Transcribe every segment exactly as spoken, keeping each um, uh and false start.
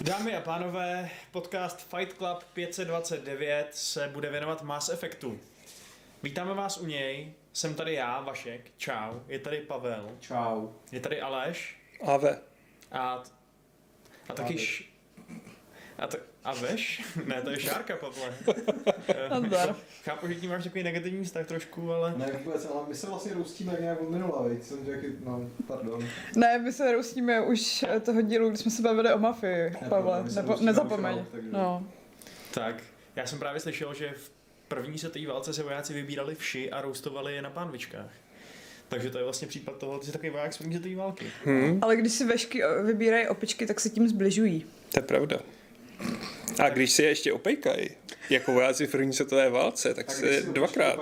Dámy a pánové, podcast Fight Club pět set dvacet devět se bude věnovat Mass Effectu. Vítáme vás u něj, jsem tady já, Vašek, čau, je tady Pavel, čau, je tady Aleš Ave. a, a taky š, a, t, a Veš? Ne, to je Šárka, Pavle. Nazdar. Chápu, že tím máš takový negativní vztah trošku, ale... Ne, vůbec, ale my se vlastně roustíme nějak od minula, veď, jsem řekl, no, pardon. Ne, my se roustíme už toho dílu, kdy jsme se bavili o mafii, Pavle, Nepo, nezapomeň. Rok, takže... No. Tak, já jsem právě slyšel, že v první světové válce se vojáci vybírali vši a roustovali je na pánvičkách. Takže to je vlastně případ toho, ty jsi takový voják z první světové války. Hmm. Ale když si vešky vybírají opičky, tak se tím zbližují. To je pravda. A když si je ještě opejkají, jako vojáci v první světové válce, tak se dvakrát.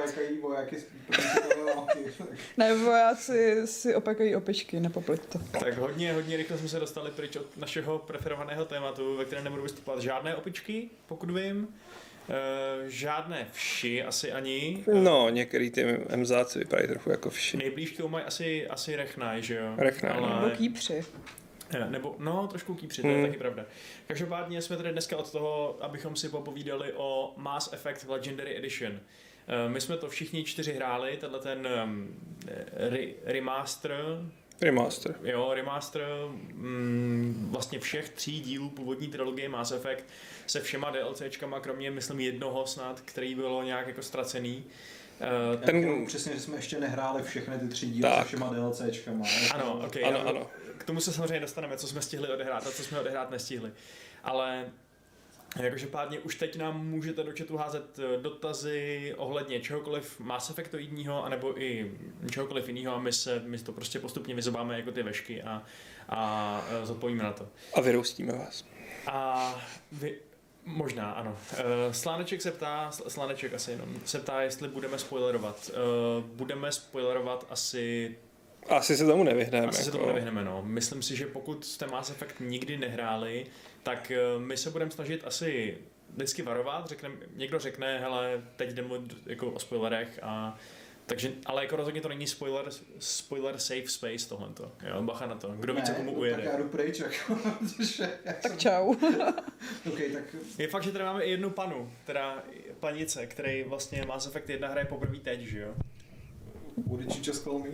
Ne, vojáci si opekají opičky, nepopleť to. Tak hodně, hodně rychle jsme se dostali pryč od našeho preferovaného tématu, ve kterém nebudu vystupovat žádné opičky, pokud vím. E, žádné vši asi ani. No, některý ty emzáci vypadají trochu jako vši. Nejblíž k tomu mají asi, asi rechnaj, že jo? Rechnaj, ale... Nebo kýpři. Nebo, no, trošku kýpři, to je hmm. taky pravda. Každopádně jsme tady dneska od toho, abychom si popovídali o Mass Effect Legendary Edition. My jsme to všichni čtyři hráli, tenhle ten um, re, remaster, Remaster. Jo, remaster mm, vlastně všech tří dílů původní trilogie Mass Effect se všema DLCčkama, kromě, myslím, jednoho snad, který bylo nějak jako ztracený. Uh, ten... Já přesně, že jsme ještě nehráli všechny ty tři díly se všema DLCčkama. Ano, ok. Ano, já, ano. K tomu se samozřejmě dostaneme, co jsme stihli odehrát a co jsme odehrát nestihli. Ale jakože pádně už teď nám můžete do chatu házet dotazy ohledně čehokoliv Mass Effectoidního, anebo i čehokoliv jiného a my, se, my to prostě postupně vyzobáme jako ty vešky a, a zodpovíme na to. A vyroustíme vás. A vy... Možná, ano. Sláneček se ptá, Sláneček asi jenom, se ptá, jestli budeme spoilerovat. Budeme spoilerovat asi... Asi se tomu nevyhneme. Asi jako... se tomu nevyhneme, no. Myslím si, že pokud jste Mass Effect nikdy nehráli, tak my se budeme snažit asi vždycky varovat. Řekne, někdo řekne, hele, teď jdeme jako o spoilerech a... Takže, ale jako rozhodně to není spoiler, spoiler safe space tohleto, jo, bacha na to, kdo ví, co komu ujede. Tak já jdu pryč, jako, tak čau. Okay, tak... Je fakt, že tady máme i jednu panu, teda panice, který vlastně Mass Effect jedna hraje poprvé teď, že jo? Uličí českou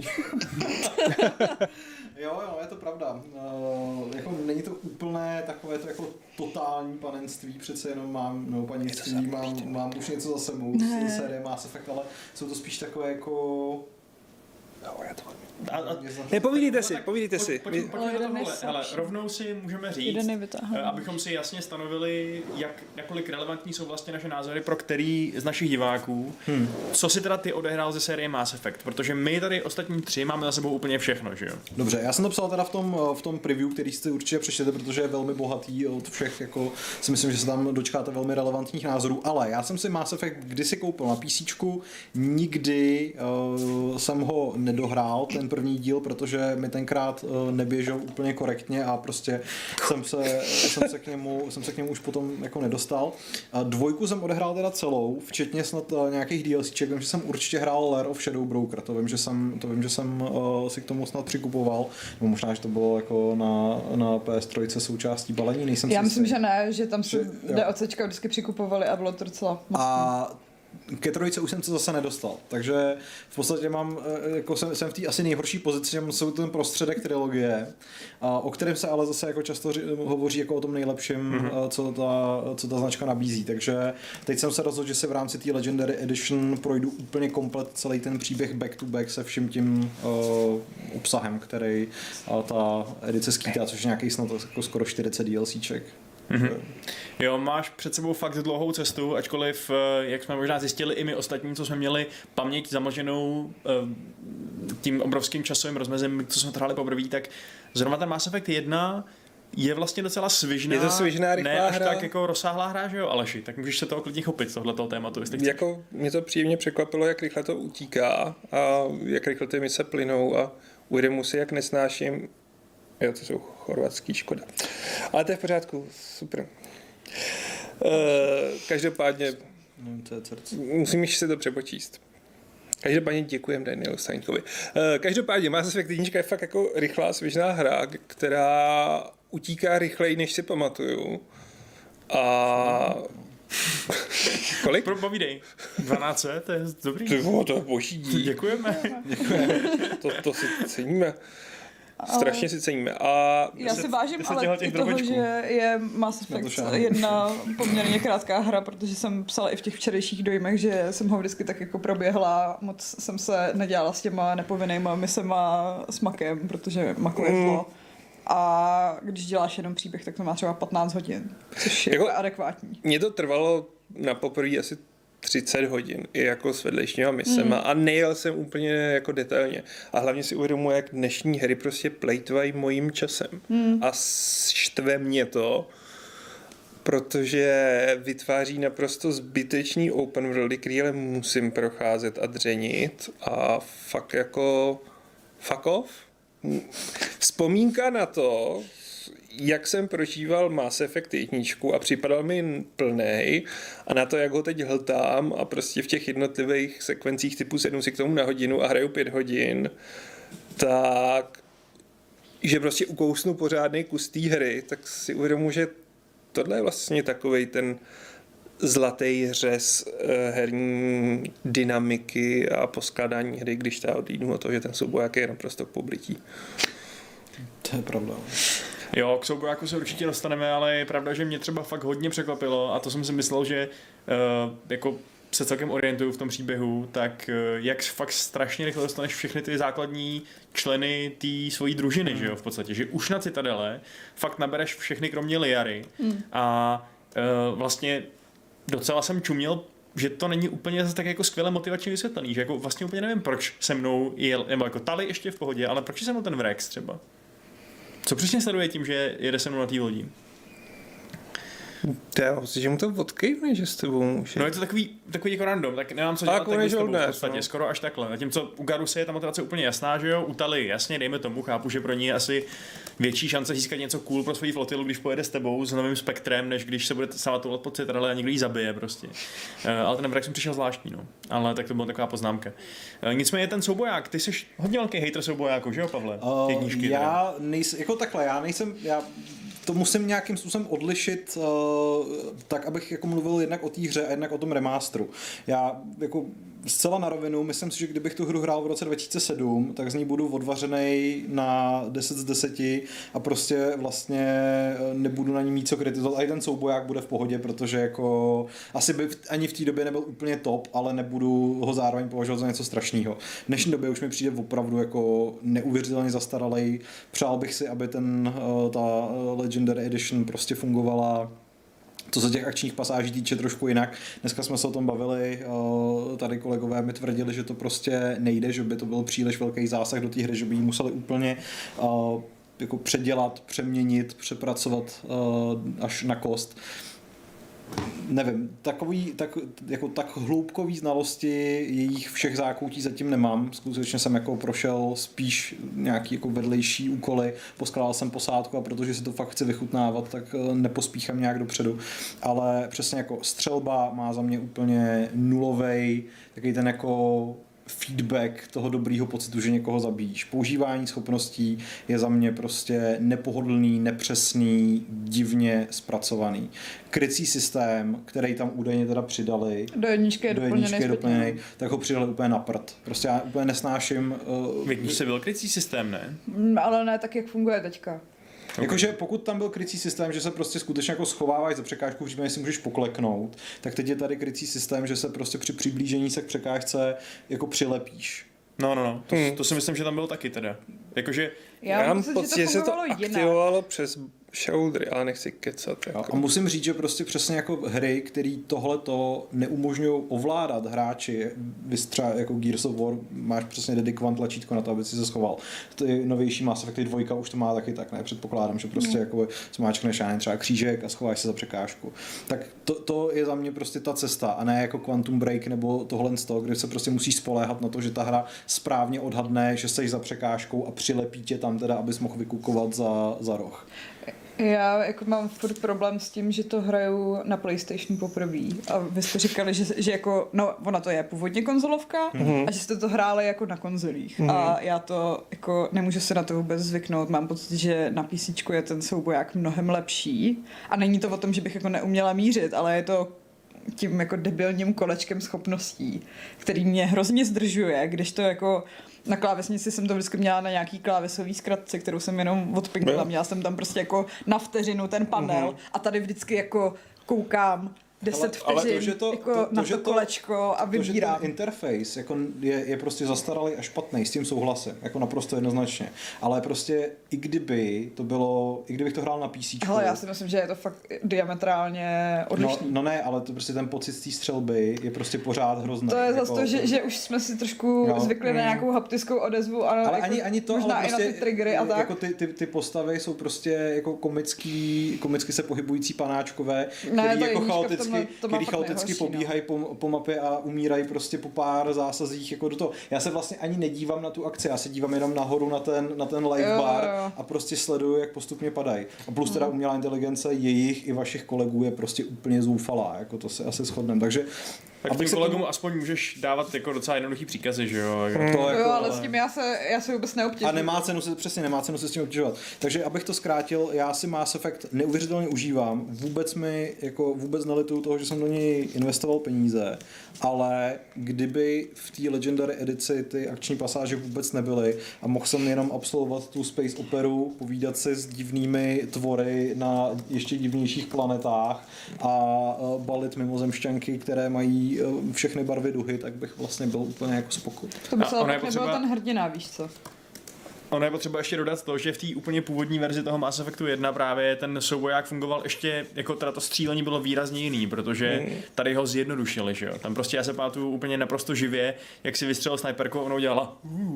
Jo, jo, je to pravda. Uh, jako není to úplné takové to jako totální panenství, přece jenom mám, no panenství, mám, mám už něco za sebou z série Mass Effect, ale jsou to spíš takové jako... No, já to... A, a, Nepovídejte si, povídejte si. Pojďme pojď, pojď na tohle, hele, rovnou si můžeme říct, abychom si jasně stanovili, jak, jakolik relevantní jsou vlastně naše názory pro který z našich diváků, hmm. co si teda ty odehrál ze série Mass Effect, protože my tady ostatní tři máme za sebou úplně všechno, že jo? Dobře, já jsem to psal teda v tom, v tom preview, který jste určitě přečtěte, protože je velmi bohatý od všech, jako si myslím, že se tam dočkáte velmi relevantních názorů, ale já jsem si Mass Effect kdysi koupil na PCčku, nikdy uh, jsem ho nedohrál, ten první díl, protože mi tenkrát uh, neběžel úplně korektně a prostě jsem se, jsem se k němu, jsem se k němu už potom jako nedostal. A dvojku jsem odehrál teda celou, včetně snad uh, nějakých DLCček, vím, že jsem určitě hrál Lair of Shadow Broker, to vím, že jsem, to vím, že jsem uh, si k tomu snad přikupoval, nebo možná, že to bylo jako na, na P S tři součástí balení, nejsem Já si myslím, jistý. že ne, že tam se DLCčka vždycky přikupovali a bylo to docela mocný. A ke trojce už jsem se zase nedostal, takže v podstatě mám, jako jsem, jsem v té asi nejhorší pozici, že jsou ten prostředek trilogie, a o kterém se ale zase jako často ři, hovoří jako o tom nejlepším, mm-hmm. co, ta, co ta značka nabízí, takže teď jsem se rozhodl, že se v rámci té Legendary Edition projdu úplně komplet celý ten příběh back to back se vším tím uh, obsahem, který uh, ta edice skýtá, což je nějaký snad jako skoro čtyřicet DLCček. Mm-hmm. Jo, máš před sebou fakt dlouhou cestu, ačkoliv, jak jsme možná zjistili i my ostatní, co jsme měli paměť zamlženou tím obrovským časovým rozmezem, co jsme hráli poprvé, tak zrovna ten Mass Effect jedna je vlastně docela svižná, je to svižná, rychlá ne až hra. Tak jako rozsáhlá hra, že jo, Aleši, tak můžeš se toho klidně chopit, tohletoho tématu, jestli chceš. Jako mě to příjemně překvapilo, jak rychle to utíká a jak rychle ty mise plynou a uvědomuji si, jak nesnáším. Jo, to jsou chorvatský, škoda. Ale to je v pořádku, super. Uh, každopádně no, to je musím si to přepočíst. Každopádně děkujem Danielu Staňkovi. Každopádně Mass Effect jedna je fakt jako rychlá, svěžná hra, která utíká rychleji, než si pamatuju. A... Kolik? Povídej. dvanáct, to je dobrý. Ty vole, to je boží dík. Děkujeme. Děkujeme. To, to si ceníme. Strašně si ceníme. A já si vážím deset ale těch i toho, drobečků. že je Mass Effect jedna poměrně krátká hra, protože jsem psala i v těch včerejších dojmech, že jsem ho vždycky tak jako proběhla, moc jsem se nedělala s těma nepovinnýma misema s makem, protože maku je zlo. A když děláš jenom příběh, tak to má třeba patnáct hodin, což je jako adekvátní. Mně to trvalo na poprvé asi třicet hodin, i jako s vedlejšíma misema mm. a nejel jsem úplně jako detailně. A hlavně si uvědomuji, jak dnešní hry prostě plejtvají mojím časem. Mm. A štve mě to, protože vytváří naprosto zbytečný open worldy, který ale musím procházet a dřenit a fakt jako fuck off. Vzpomínka na to, jak jsem prožíval Mass Effect jedničku a připadal mi plnej a na to, jak ho teď hltám a prostě v těch jednotlivých sekvencích typu sedm si k tomu na hodinu a hraju pět hodin, tak že prostě ukousnu pořádný kus té hry, tak si uvědomuji, že tohle je vlastně takovej ten zlatý řez eh, herní dynamiky a poskládání hry, když ta odjídnu od toho, že ten souboják je naprosto k poblití. To je pravda. Jo, k soubojáku se určitě dostaneme, ale je pravda, že mě třeba fakt hodně překvapilo a to jsem si myslel, že uh, jako se celkem orientuju v tom příběhu, tak uh, jak fakt strašně rychle dostaneš všechny ty základní členy té svojí družiny, mm. že jo, v podstatě, že už na Citadele fakt nabereš všechny kromě Liary mm. a uh, vlastně docela jsem čuměl, že to není úplně zase tak jako skvěle motivačně vysvětlený, že jako vlastně úplně nevím, proč se mnou jel, nebo jako Tali ještě v pohodě, ale proč se mnou ten Vrex třeba? Co přesně sleduje tím, že jede se mnou na té lodi? Já myslím, že mu to odkejvne, že s tebou může. No je to takový, takový jako random, tak nemám co dělat tak s tebou v podstatě, no. Skoro až takhle. Zatímco u Garuse je ta motivace úplně jasná, že jo, u Tali jasně, dejme tomu, chápu, že pro ní je asi větší šance získat něco cool pro svoji flotilu, když pojede s tebou s novým spektrem, než když se bude sama toulet pod Citadele a někdo jí zabije prostě. Uh, ale ten Vrex mi přišel zvláštní, no. Ale tak to byla taková poznámka. Uh, nicméně ten souboják, ty jsi hodně velký hater soubojáku, že jo, Pavle? Uh, knížky, já nejsem, jako takhle, já nejsem, já to musím nějakým způsobem odlišit uh, tak, abych jako mluvil jednak o té hře a jednak o tom remasteru. Já jako zcela na rovinu, myslím si, že kdybych tu hru hrál v roce dva tisíce sedm, tak z ní budu odvařenej na deset z deseti a prostě vlastně nebudu na ní mít co kritizovat. A i ten souboják bude v pohodě, protože jako asi by ani v té době nebyl úplně top, ale nebudu ho zároveň považovat za něco strašného. V dnešní době už mi přijde opravdu jako neuvěřitelně zastaralej. Přál bych si, aby ten, ta Legendary Edition prostě fungovala, co se těch akčních pasáží týče, trošku jinak. Dneska jsme se o tom bavili, tady kolegové mi tvrdili, že to prostě nejde, že by to byl příliš velký zásah do té hry, že by ji museli úplně jako předělat, přeměnit, přepracovat až na kost. Nevím, takový, tak, jako tak hloubkový znalosti jejich všech zákoutí zatím nemám. Skutečně jsem jako prošel spíš nějaký jako vedlejší úkoly, poskládal jsem posádku a protože si to fakt chci vychutnávat, tak nepospíchám nějak dopředu. Ale přesně jako střelba má za mě úplně nulovej, takový ten jako feedback toho dobrýho pocitu, že někoho zabíjíš. Používání schopností je za mě prostě nepohodlný, nepřesný, divně zpracovaný. Krycí systém, který tam údajně teda přidali, do jedničky je doplněný, doplněný, tak ho přidali úplně na prd. Prostě já úplně nesnáším... Uh, v jedničce byl krycí systém, ne? Ale ne tak, jak funguje teďka. Okay. Jakože pokud tam byl krycí systém, že se prostě skutečně jako schováváš za překážku, případně si můžeš pokleknout, tak teď je tady krycí systém, že se prostě při přiblížení se k překážce jako přilepíš. No, no, no, to, hmm. to si myslím, že tam bylo taky teda. Jakože... Já, já mám pocit, že se to aktivovalo přes shouldery, ale nechci kecat. Jako. A musím říct, že prostě přesně jako hry, které tohleto neumožňují ovládat hráči, vystřa jako Gears of War, máš přesně dedikované tlačítko na to, aby si se schoval. Ty novější Mass Effect dvojka už to má taky tak, ne? Předpokládám, že prostě mm. jako smáčkneš třeba křížek a schováš se za překážku. Tak to, to je za mě prostě ta cesta a ne jako Quantum Break nebo tohle z toho, kde se prostě musíš spoléhat na to, že ta hra správně odhadne, že jsi za překážkou a přilepí tě tam teda, abys mohl vykukovat za, za roh. Já jako mám furt problém s tím, že to hraju na PlayStationu poprvé. A vy jste říkali, že, že jako, no ona to je původně konzolovka mm-hmm. a že jste to hráli jako na konzolích. Mm-hmm. A já to jako nemůžu se na to vůbec zvyknout. Mám pocit, že na PCčku je ten souboják mnohem lepší. A není to o tom, že bych jako neuměla mířit, ale je to tím jako debilním kolečkem schopností, který mě hrozně zdržuje, když to jako na klávesnici jsem to vždycky měla na nějaký klávesový zkratce, kterou jsem jenom odpinkla. Měla jsem tam prostě jako na vteřinu ten panel mm-hmm. a tady vždycky jako koukám deset vteřin to, jako to, to, na to, to kolečko a vybírám. To, že ten interface jako je, je prostě zastaralý a špatný, s tím souhlasím, jako naprosto jednoznačně. Ale prostě i kdyby to bylo, i kdybych to hrál na PCčku. Hele, já si myslím, že je to fakt diametrálně odlišný. No, no ne, ale to prostě ten pocit z té střelby je prostě pořád hrozný. To je jako, zase to, že, že už jsme si trošku no, zvykli mm. na nějakou haptickou odezvu. A ale jako, ani, ani to, možná ale prostě, i na ty triggery a tak. Jako ty, ty, ty postavy jsou prostě jako komický, komicky se pohybující panáčkové, ne, který jako chaoticky který chaoticky pobíhají po, po mapě a umírají prostě po pár zásazích jako do toho. Já se vlastně ani nedívám na tu akci, já se dívám jenom nahoru na ten, na ten live jo, bar jo. a prostě sleduju, jak postupně padají. A plus teda umělá inteligence jejich i vašich kolegů je prostě úplně zoufalá, jako to se asi shodneme. Takže tak tím kolegům tomu... aspoň můžeš dávat jako docela jednoduchý příkazy, že jo? Mm. To jako, jo, ale s tím já se, já se vůbec neobtěžuji. A nemá cenu se, přesně, nemá cenu se s tím obtěžovat. Takže abych to zkrátil, já si Mass Effect neuvěřitelně užívám. Vůbec mi, jako vůbec nelituju toho, že jsem do něj investoval peníze, ale kdyby v té Legendary edici ty akční pasáže vůbec nebyly a mohl jsem jenom absolvovat tu space operu, povídat si s divnými tvory na ještě divnějších planetách a balit mimozemšťanky, které mají všechny barvy duhy, tak bych vlastně byl úplně jako spokojený. To by se ale potřeba... nebyl ten hrdina, víš co? Ono je potřeba ještě dodat to, že v té úplně původní verzi toho Mass Effectu jedna právě ten souboják fungoval ještě, jako teda to střílení bylo výrazně jiný, protože tady ho zjednodušili, že jo. Tam prostě já se pamatuju úplně naprosto živě, jak si vystřelil snajperku a ono udělala.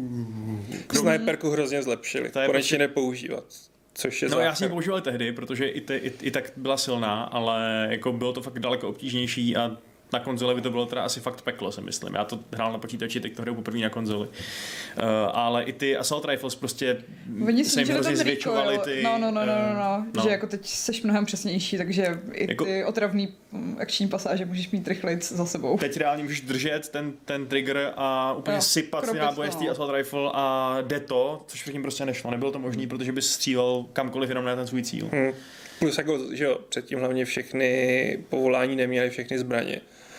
Snajperku hrozně zlepšili, konečně prostě... nepoužívat. Což je no základ. Já jsem ji používal tehdy, protože i, te, i, i tak byla silná, ale jako bylo to fakt daleko obtížnější a na konzoli by to bylo teda asi fakt peklo, si myslím. Já to hrál na počítači, teď to hraju poprvé na konzoli. Uh, ale i ty Assault Rifles prostě oni se jim hrozně zvětšovaly ty... No, no, no, no, no, no. no. Že jako teď seš mnohem přesnější, takže i jako... ty otravný akční pasáže můžeš mít rychleji za sebou. Teď reálně můžeš držet ten, ten trigger a úplně no, sypat ty náboje z té Assault Rifle a jde to, což předtím prostě nešlo. Nebylo to možné, protože bys střílel kamkoliv jenom na ten svůj cíl. Hmm. Plus jako, že jo, předtím hlavně všechny povolání neměly všechny zbraně.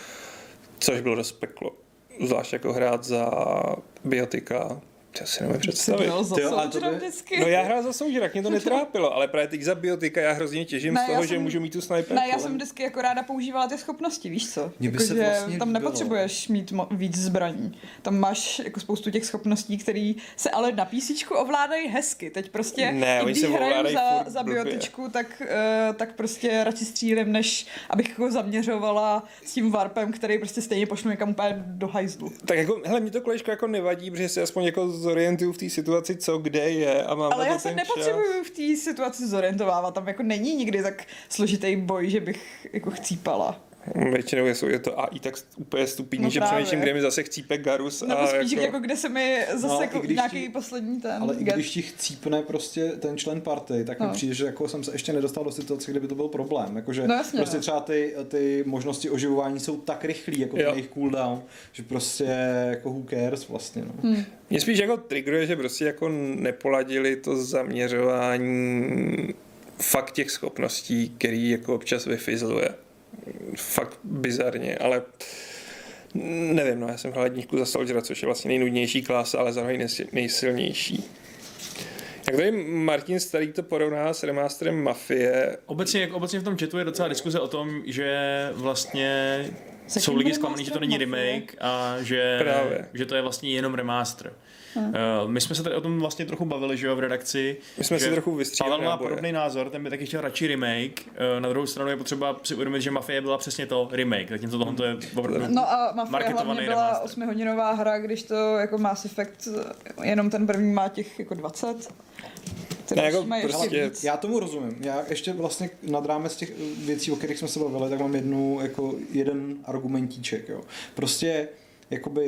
Což bylo dost peklo. Zvlášť jako hrát za Biotika. Já si nemůžu představit. By... No já hrál za Soudrak, mě to netrápilo, ale právě teď za Biotika já hrozně těžím ne, z toho, jsem... že můžu mít tu snajperku. Ne, já jsem vždycky jako ráda používala ty schopnosti, víš co? Jako, že vlastně tam nepotřebuješ mít mo- víc zbraní. Tam máš jako spoustu těch schopností, které se ale na písíčku ovládají hezky. Teď prostě, ne, i když hraju za, za Biotičku, tak, uh, tak prostě radši střílím, než abych jako zaměřovala s tím warpem, který prostě stejně pošlu někam úplně do hajzlu. Tak jako, hele, mě to kolečko jako nevadí, protože si aspoň jako zorientuju v té situaci, co kde je a mám ale na to já se ten nepotřebuju čas. v té situaci zorientovávat, tam jako není nikdy tak složitý boj, že bych jako chcípala. Většinou je, je to A I tak úplně stupidní, no že přemýšlím, kde mi zase chcípe Garus. Nebo a spíš jako... jako kde se mi zase no, jako nějaký ti, poslední ten... Ale i když ti chcípne prostě ten člen party, tak no. mi přijde, že jako jsem se ještě nedostal do situace, kde by to byl problém. Jakože no jasně, prostě no. třeba ty, ty možnosti oživování jsou tak rychlý, jako ten jejich cooldown, že prostě jako who cares vlastně. No. Hmm. Mě spíš jako triggeruje, že prostě jako nepoladili to zaměřování fakt těch schopností, který jako občas vyfizluje. Fakt bizarně, ale nevím, no já jsem hrál jedničku za Soldiera, což je vlastně nejnudnější klasa, ale zároveň nejsilnější. Jak tady Martin Starý to porovná s remasterem Mafie? Obecně, jak obecně v tom chatu je docela diskuze o tom, že vlastně jsou lidi zklamaný, že to není remake a že, že to je vlastně jenom remaster. Hmm. Uh, my jsme se tady o tom vlastně trochu bavili, že jo, v redakci. My jsme si trochu vystříleli. Pavel má podobný názor, ten by taky chtěl radši remake. Uh, na druhou stranu je potřeba si uvědomit, že Mafie byla přesně to remake, zatímco tohle to je opravdu no a Mafie hlavně byla osmihodinová hra, když to jako Mass Effect jenom ten první má těch jako dvacet. Ne, jako prostě... Já tomu rozumím. Já ještě vlastně nad rámec těch věcí, o kterých jsme se bavili, tak mám jednu, jako jeden argumentíček. Jo. Prostě jakoby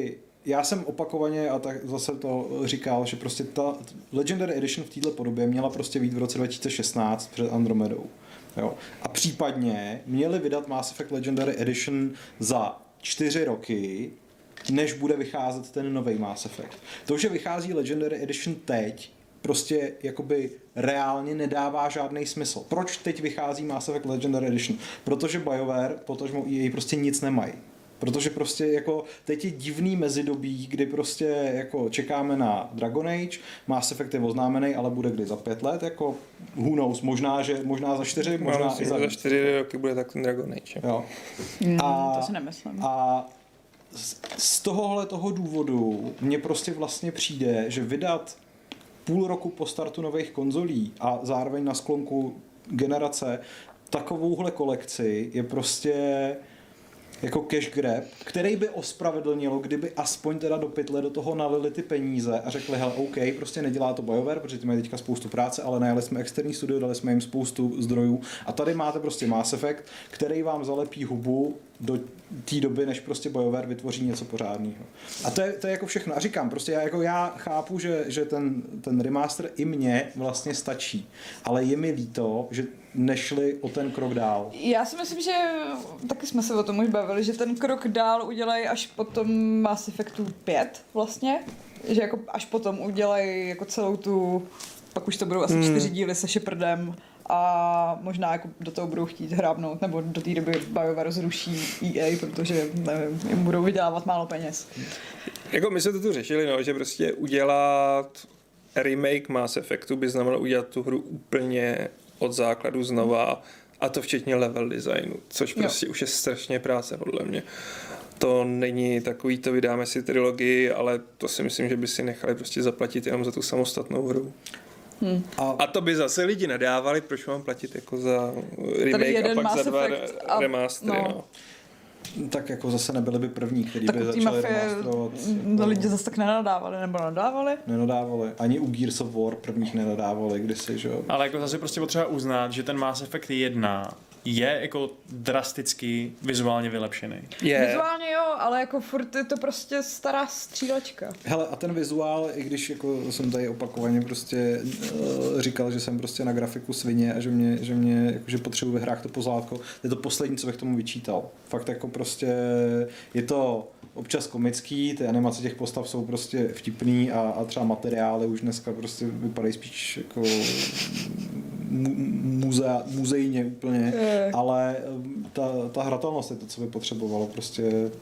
já jsem opakovaně a tak zase to říkal, že prostě ta Legendary Edition v této podobě měla prostě být v roce dva tisíce šestnáct před Andromedou. Jo. A případně měli vydat Mass Effect Legendary Edition za čtyři roky, než bude vycházet ten nový Mass Effect. To, že vychází Legendary Edition teď, prostě jakoby reálně nedává žádný smysl. Proč teď vychází Mass Effect Legendary Edition? Protože BioWare, protože E A prostě nic nemají. Protože prostě jako teď je divný mezidobí, kdy prostě jako čekáme na Dragon Age, Mass Effect je oznámený, ale bude kdy za pět let, jako who knows, možná, že, možná za čtyři, možná no, i za za čtyři roky bude tak ten Dragon Age. Jo. Mm, a, to si nemyslím. A z, z tohohle toho důvodu mně prostě vlastně přijde, že vydat půl roku po startu nových konzolí a zároveň na sklonku generace takovouhle kolekci je prostě jako cash grab, který by ospravedlnilo, kdyby aspoň teda do pytle do toho nalili ty peníze a řekli, hele, OK, prostě nedělá to BioWare, protože ty mají teďka spoustu práce, ale najali jsme externí studio, dali jsme jim spoustu zdrojů a tady máte prostě Mass Effect, který vám zalepí hubu do té doby, než prostě BioWare vytvoří něco pořádného. A to je, to je jako všechno. A říkám, prostě já, jako já chápu, že, že ten, ten remaster i mně vlastně stačí, ale je mi líto, že nešli o ten krok dál. Já si myslím, že taky jsme se o tom už bavili, že ten krok dál udělají až potom Mass Effectu pět vlastně, že jako až potom udělají jako celou tu, pak už to budou asi hmm. čtyři díly se Shepardem a možná jako do toho budou chtít hrábnout, nebo do té doby BioWare zruší E A, protože nevím, jim budou vydělávat málo peněz. Jako my jsme to tu řešili, no, že prostě udělat remake Mass Effectu by znamenalo udělat tu hru úplně od základu znova a to včetně level designu, což prostě jo. už je strašně práce podle mě. To není takový, to vydáme si trilogii, ale to si myslím, že by si nechali prostě zaplatit jenom za tu samostatnou hru. Hmm. A, a to by zase lidi nadávali, proč mám platit jako za remake a pak Mass za dva a, remastery. No. No. Tak jako zase nebyli by první, který tak by začali remasterovat. Jako... Lidi zase tak nenadávali, nebo nadávali? Nenadávali. Ani u Gears of War prvních nenadávali kdysi, že jo. Ale jako zase prostě potřeba uznat, že ten Mass Effect jedna je jako drasticky vizuálně vylepšený. Yeah. Vizuálně jo, ale jako furt je to prostě stará střílečka. Hele, a ten vizuál, i když jako jsem tady opakovaně prostě uh, říkal, že jsem prostě na grafiku svině a že mě, že mě jako, že potřebuji ve hrách to pozlátko, je to poslední, co bych tomu vyčítal. Fakt jako prostě je to občas komický, ty animace těch postav jsou prostě vtipný a, a třeba materiály už dneska prostě vypadají spíš jako muzea, muzejně úplně, je. Ale ta, ta hratelnost je to, co by potřebovalo prostě.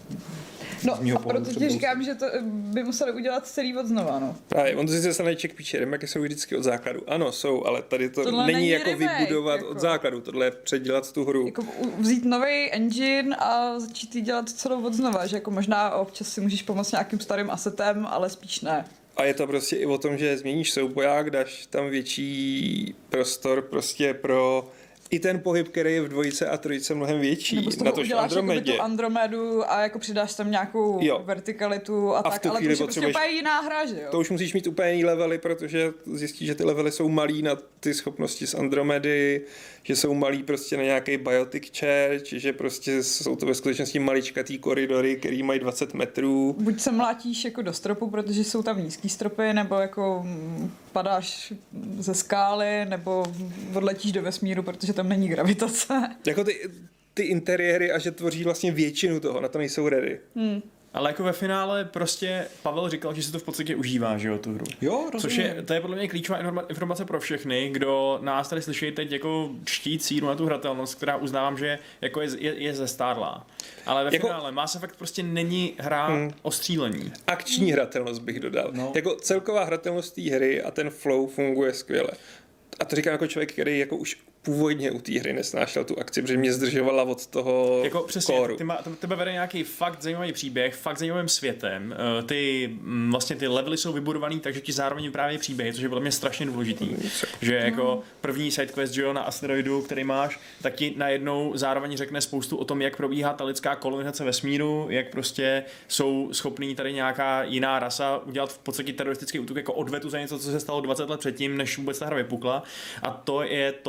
No a proto ti říkám, že to by museli udělat celý od znova, no. Právě, on to sice se nejček píše, remaky jsou vždycky od základu. Ano, jsou, ale tady to tohle není, není jako remake, vybudovat jako od základu, tohle je předělat tu hru. Jako vzít nový engine a začít jí dělat celou od znova, že jako možná občas si můžeš pomoct nějakým starým asetem, ale spíš ne. A je to prostě i o tom, že změníš souboják, dáš tam větší prostor prostě pro i ten pohyb, který je v dvojice a trojice mnohem větší. Nebo z toho na tož uděláš Andromedě. Tu Andromedu a jako přidáš tam nějakou jo. vertikalitu a, a tak, ale to už je prostě úplně jiná hra, že jo? To už musíš mít úplně jiný levely, protože zjistíš, že ty levely jsou malý na ty schopnosti z Andromedy, že jsou malý prostě na nějaký Biotic Church, že prostě jsou to ve skutečnosti maličkatý koridory, který mají dvacet metrů. Buď se mlátíš jako do stropu, protože jsou tam nízký stropy, nebo jako padáš ze skály, nebo odletíš do vesmíru, protože tam není gravitace. Jako ty, ty interiéry a že tvoří vlastně většinu toho, na to nejsou ready. Hmm. Ale jako ve finále prostě Pavel říkal, že si to v podstatě užívá, že jo, tu hru. Jo, rozumím. Což je, to je podle mě klíčová informace pro všechny, kdo nás tady slyší teď jako štít síru na tu hratelnost, která uznávám, že jako je, je, je zestárlá. Ale ve jako, finále Mass Effect prostě není hra hmm. o střílení. Akční hratelnost bych dodal. No. Jako celková hratelnost té hry a ten flow funguje skvěle. A to říkám jako člověk, který jako už původně u té hry nesnášel tu akci, protože mě zdržovala od toho jako přesně, kóru. Ty má, tebe vede nějaký fakt zajímavý příběh, fakt zajímavým světem. Ty vlastně ty levely jsou vybudovaný, takže ti zároveň právě příběhy, což je podle mě strašně důležitý. Mm, že jako první sidequest, že jo, na asteroidu, který máš, tak ti najednou zároveň řekne spoustu o tom, jak probíhá ta lidská kolonizace vesmíru, jak prostě jsou schopní tady nějaká jiná rasa udělat v podstatě teroristický útok jako odvetu za něco, co se stalo dvacet let předtím, než vůbec ta hra vypukla. A to je to, v čem je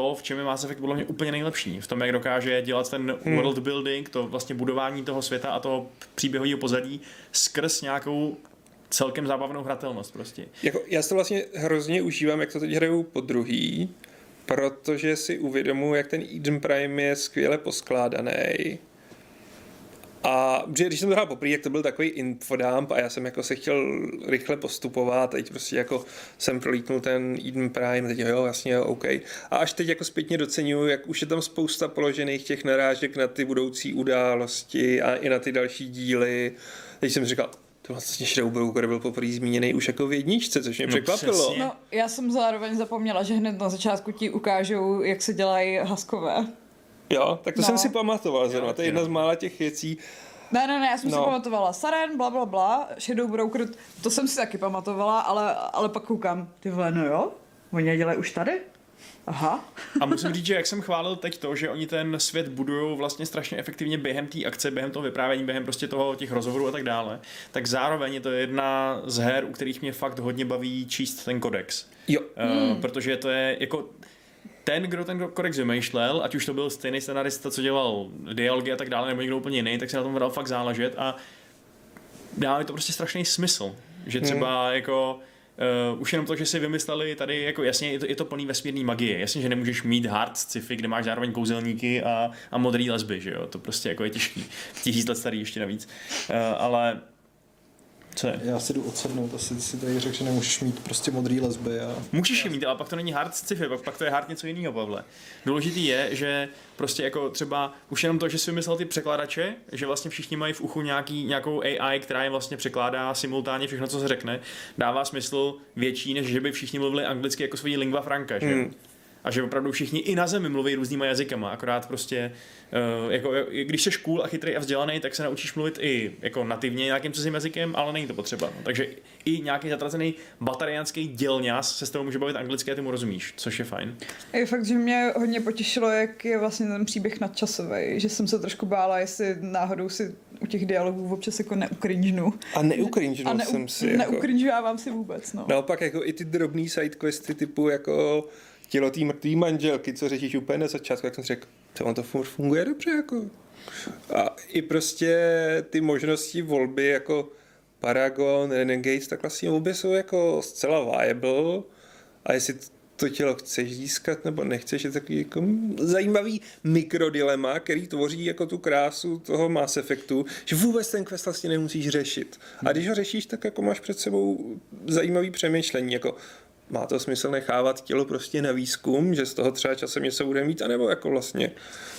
je Mass Effect podle mě úplně nejlepší. V tom, jak dokáže dělat ten hmm. world building, to vlastně budování toho světa a toho příběhového pozadí skrz nějakou celkem zábavnou hratelnost prostě. Jako, já si to vlastně hrozně užívám, jak to teď hraju po druhý, protože si uvědomuji, jak ten Eden Prime je skvěle poskládaný. A když jsem to hrál poprvé, jak to byl takový infodump a já jsem jako se chtěl rychle postupovat, teď prostě jako jsem prolítnul ten Eden Prime, teď jo, jasně, jo, OK. A až teď jako zpětně doceňuju, jak už je tam spousta položených těch narážek na ty budoucí události a i na ty další díly. Teď jsem říkal, to vlastně Shadow Broker byl poprvé zmíněný už jako v jedničce, což mě no, překvapilo. Přesně. No, já jsem zároveň zapomněla, že hned na začátku ti ukážou, jak se dělají haskové. Jo, tak to no. jsem si pamatoval zrovna, to je jedna z mála těch věcí. Ne, ne, ne, já jsem no. si pamatovala Saren, bla, bla, bla, Shadow Broker, to jsem si taky pamatovala, ale, ale pak koukám, ty vole, no jo, oni je dělají už tady? Aha. A musím říct, že jak jsem chválil teď to, že oni ten svět budují vlastně strašně efektivně během té akce, během toho vyprávění, během prostě toho těch rozhovorů a tak dále, tak zároveň je to jedna z her, u kterých mě fakt hodně baví číst ten kodex. Jo. Uh, hmm. Protože to je jako ten, kdo ten kodex vymýšlel, ať už to byl stejný scenarista, co dělal dialogy a tak dále, nebo někdo úplně jiný, tak se na tom dal fakt záležet a dá mi to prostě strašný smysl, že třeba hmm. jako Uh, už jenom to, že si vymysleli tady, jako jasně, je to, je to plný vesmírný magie. Jasně, že nemůžeš mít hard sci-fi, kde máš zároveň kouzelníky a, a modrý lesby, že jo? To prostě jako je těžký. Tisíc let starý ještě navíc. Uh, ale co je? Já si jdu odsednout, asi si tady řekl, že nemůžeš mít prostě modrý lesby. A... Můžeš je mít, ale pak to není hard sci-fi, pak, pak to je hard něco jiného, Pavle. Důležitý je, že prostě jako třeba už jenom to, že si vymyslel ty překladače, že vlastně všichni mají v uchu nějaký, nějakou A I, která jim vlastně překládá simultánně všechno, co se řekne, dává smysl větší, než že by všichni mluvili anglicky jako svojí lingua franca, že? Hmm. A že opravdu všichni i na zemi mluví různýma jazykama, akorát prostě, uh, jako, když jsi cool a chytrý a vzdělaný, tak se naučíš mluvit i jako nativně nějakým cizím jazykem, ale není to potřeba. No. Takže i nějaký zatracený batariánský dělňas se s tebou může bavit anglicky a ty mu rozumíš, což je fajn. Je fakt, že mě hodně potěšilo, jak je vlastně ten příběh nadčasový, že jsem se trošku bála, jestli náhodou si u těch dialogů občas jako neukrinžnu. A neukrinžnu a neu, jsem si. Jako... Neukrinžovávám si vůbec, no. Naopak jako i ty drobný sidequesty typu jako tělo té mrtvý manželky, co řešíš úplně na začátku, jak jsem řekl, to on to funguje dobře, jako. A i prostě ty možnosti volby jako Paragon, Renegades, tak vlastně obě jsou jako zcela viable a jestli to tělo chceš získat nebo nechceš, je takový jako zajímavý mikrodilema, který tvoří jako tu krásu toho Mass Effectu, že vůbec ten quest vlastně nemusíš řešit. A když ho řešíš, tak jako máš před sebou zajímavý přemýšlení, jako má to smysl nechávat tělo prostě na výzkum, že z toho třeba časem něco bude mít, anebo jako vlastně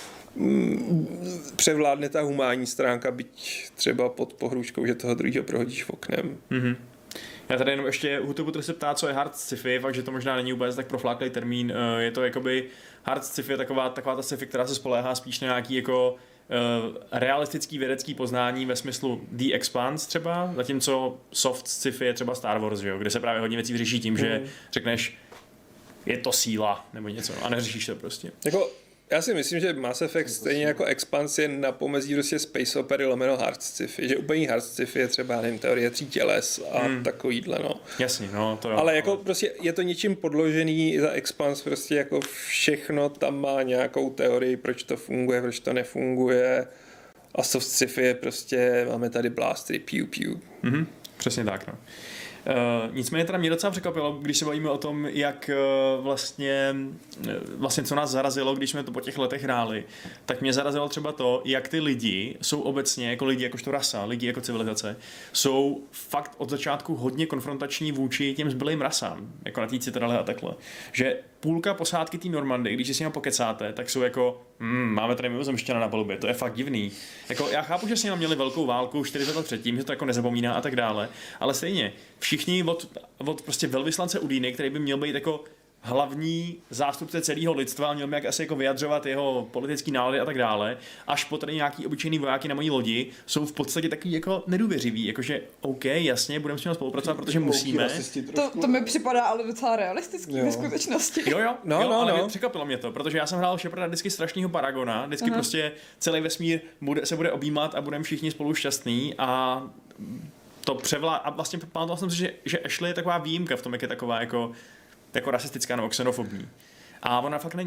mm, převládne ta humánní stránka, byť třeba pod pohrůžkou, že toho druhého prohodíš oknem. Mm-hmm. Já tady jenom ještě Hutobutr se ptá, co je hard sci-fi, fakt, že to možná není vůbec tak profláklý termín. Je to jakoby hard sci-fi je taková, taková ta sci-fi, která se spoléhá spíš na nějaký jako Uh, realistický vědecký poznání ve smyslu The Expanse třeba, zatímco soft sci-fi je třeba Star Wars, že jo, kde se právě hodně věcí vyřeší tím, mm. že řekneš je to síla nebo něco a neřešíš to prostě. Jako, já si myslím, že Mass Effect stejně jako Expanse je na pomezí prostě space opery lomeno hard sci-fi, že úplně hard sci-fi je třeba, nevím, teorie tří těles a mm. takovýhle, no. Jasně, no, to jo. Ale jako ale... prostě je to něčím podložený, za Expanse prostě jako všechno tam má nějakou teorii, proč to funguje, proč to nefunguje a soft sci-fi je prostě, máme tady blastery, piu, piu. Mm-hmm. Přesně tak, no. Uh, nicméně teda mě docela překvapilo, když se bavíme o tom, jak uh, vlastně, uh, vlastně co nás zarazilo, když jsme to po těch letech hráli, tak mě zarazilo třeba to, jak ty lidi jsou obecně, jako lidi jakožto rasa, lidi jako civilizace, jsou fakt od začátku hodně konfrontační vůči těm zbylým rasám, jako na té Citadele a takhle. Že půlka posádky té Normandy, když si s nimi pokecáte, tak jsou jako, hmm, máme tady mimozemšťana na palubě, to je fakt divný. Jako, já chápu, že s nimi měli velkou válku čtyřicet let předtím, že to jako nezapomíná a tak dále, ale stejně, všichni od, od prostě velvyslance Udýny, který by měl být jako hlavní zástupce celého lidstva, měl by jak asi jako vyjadřovat jeho politický nálady a tak dále, až po tady nějaký obyčejný vojáky na mojí lodi jsou v podstatě takový jako nedůvěřiví, jakože OK, jasně, budeme s ním spolupracovat, protože musíme. To, to mi připadá ale docela realistický ve skutečnosti. Jo, jo, no, jo no, ale no. překvapilo mě to, protože já jsem hrál Sheparda vždycky strašného Paragona, vždycky Aha. prostě celý vesmír bude, se bude objímat a budeme všichni spolu šťastní a to převlá a vlastně pamatoval jsem si, že, že Ashley je taková výjimka v tom, jak je taková jako jako rasistická nebo xenofobní. A ona fakt není.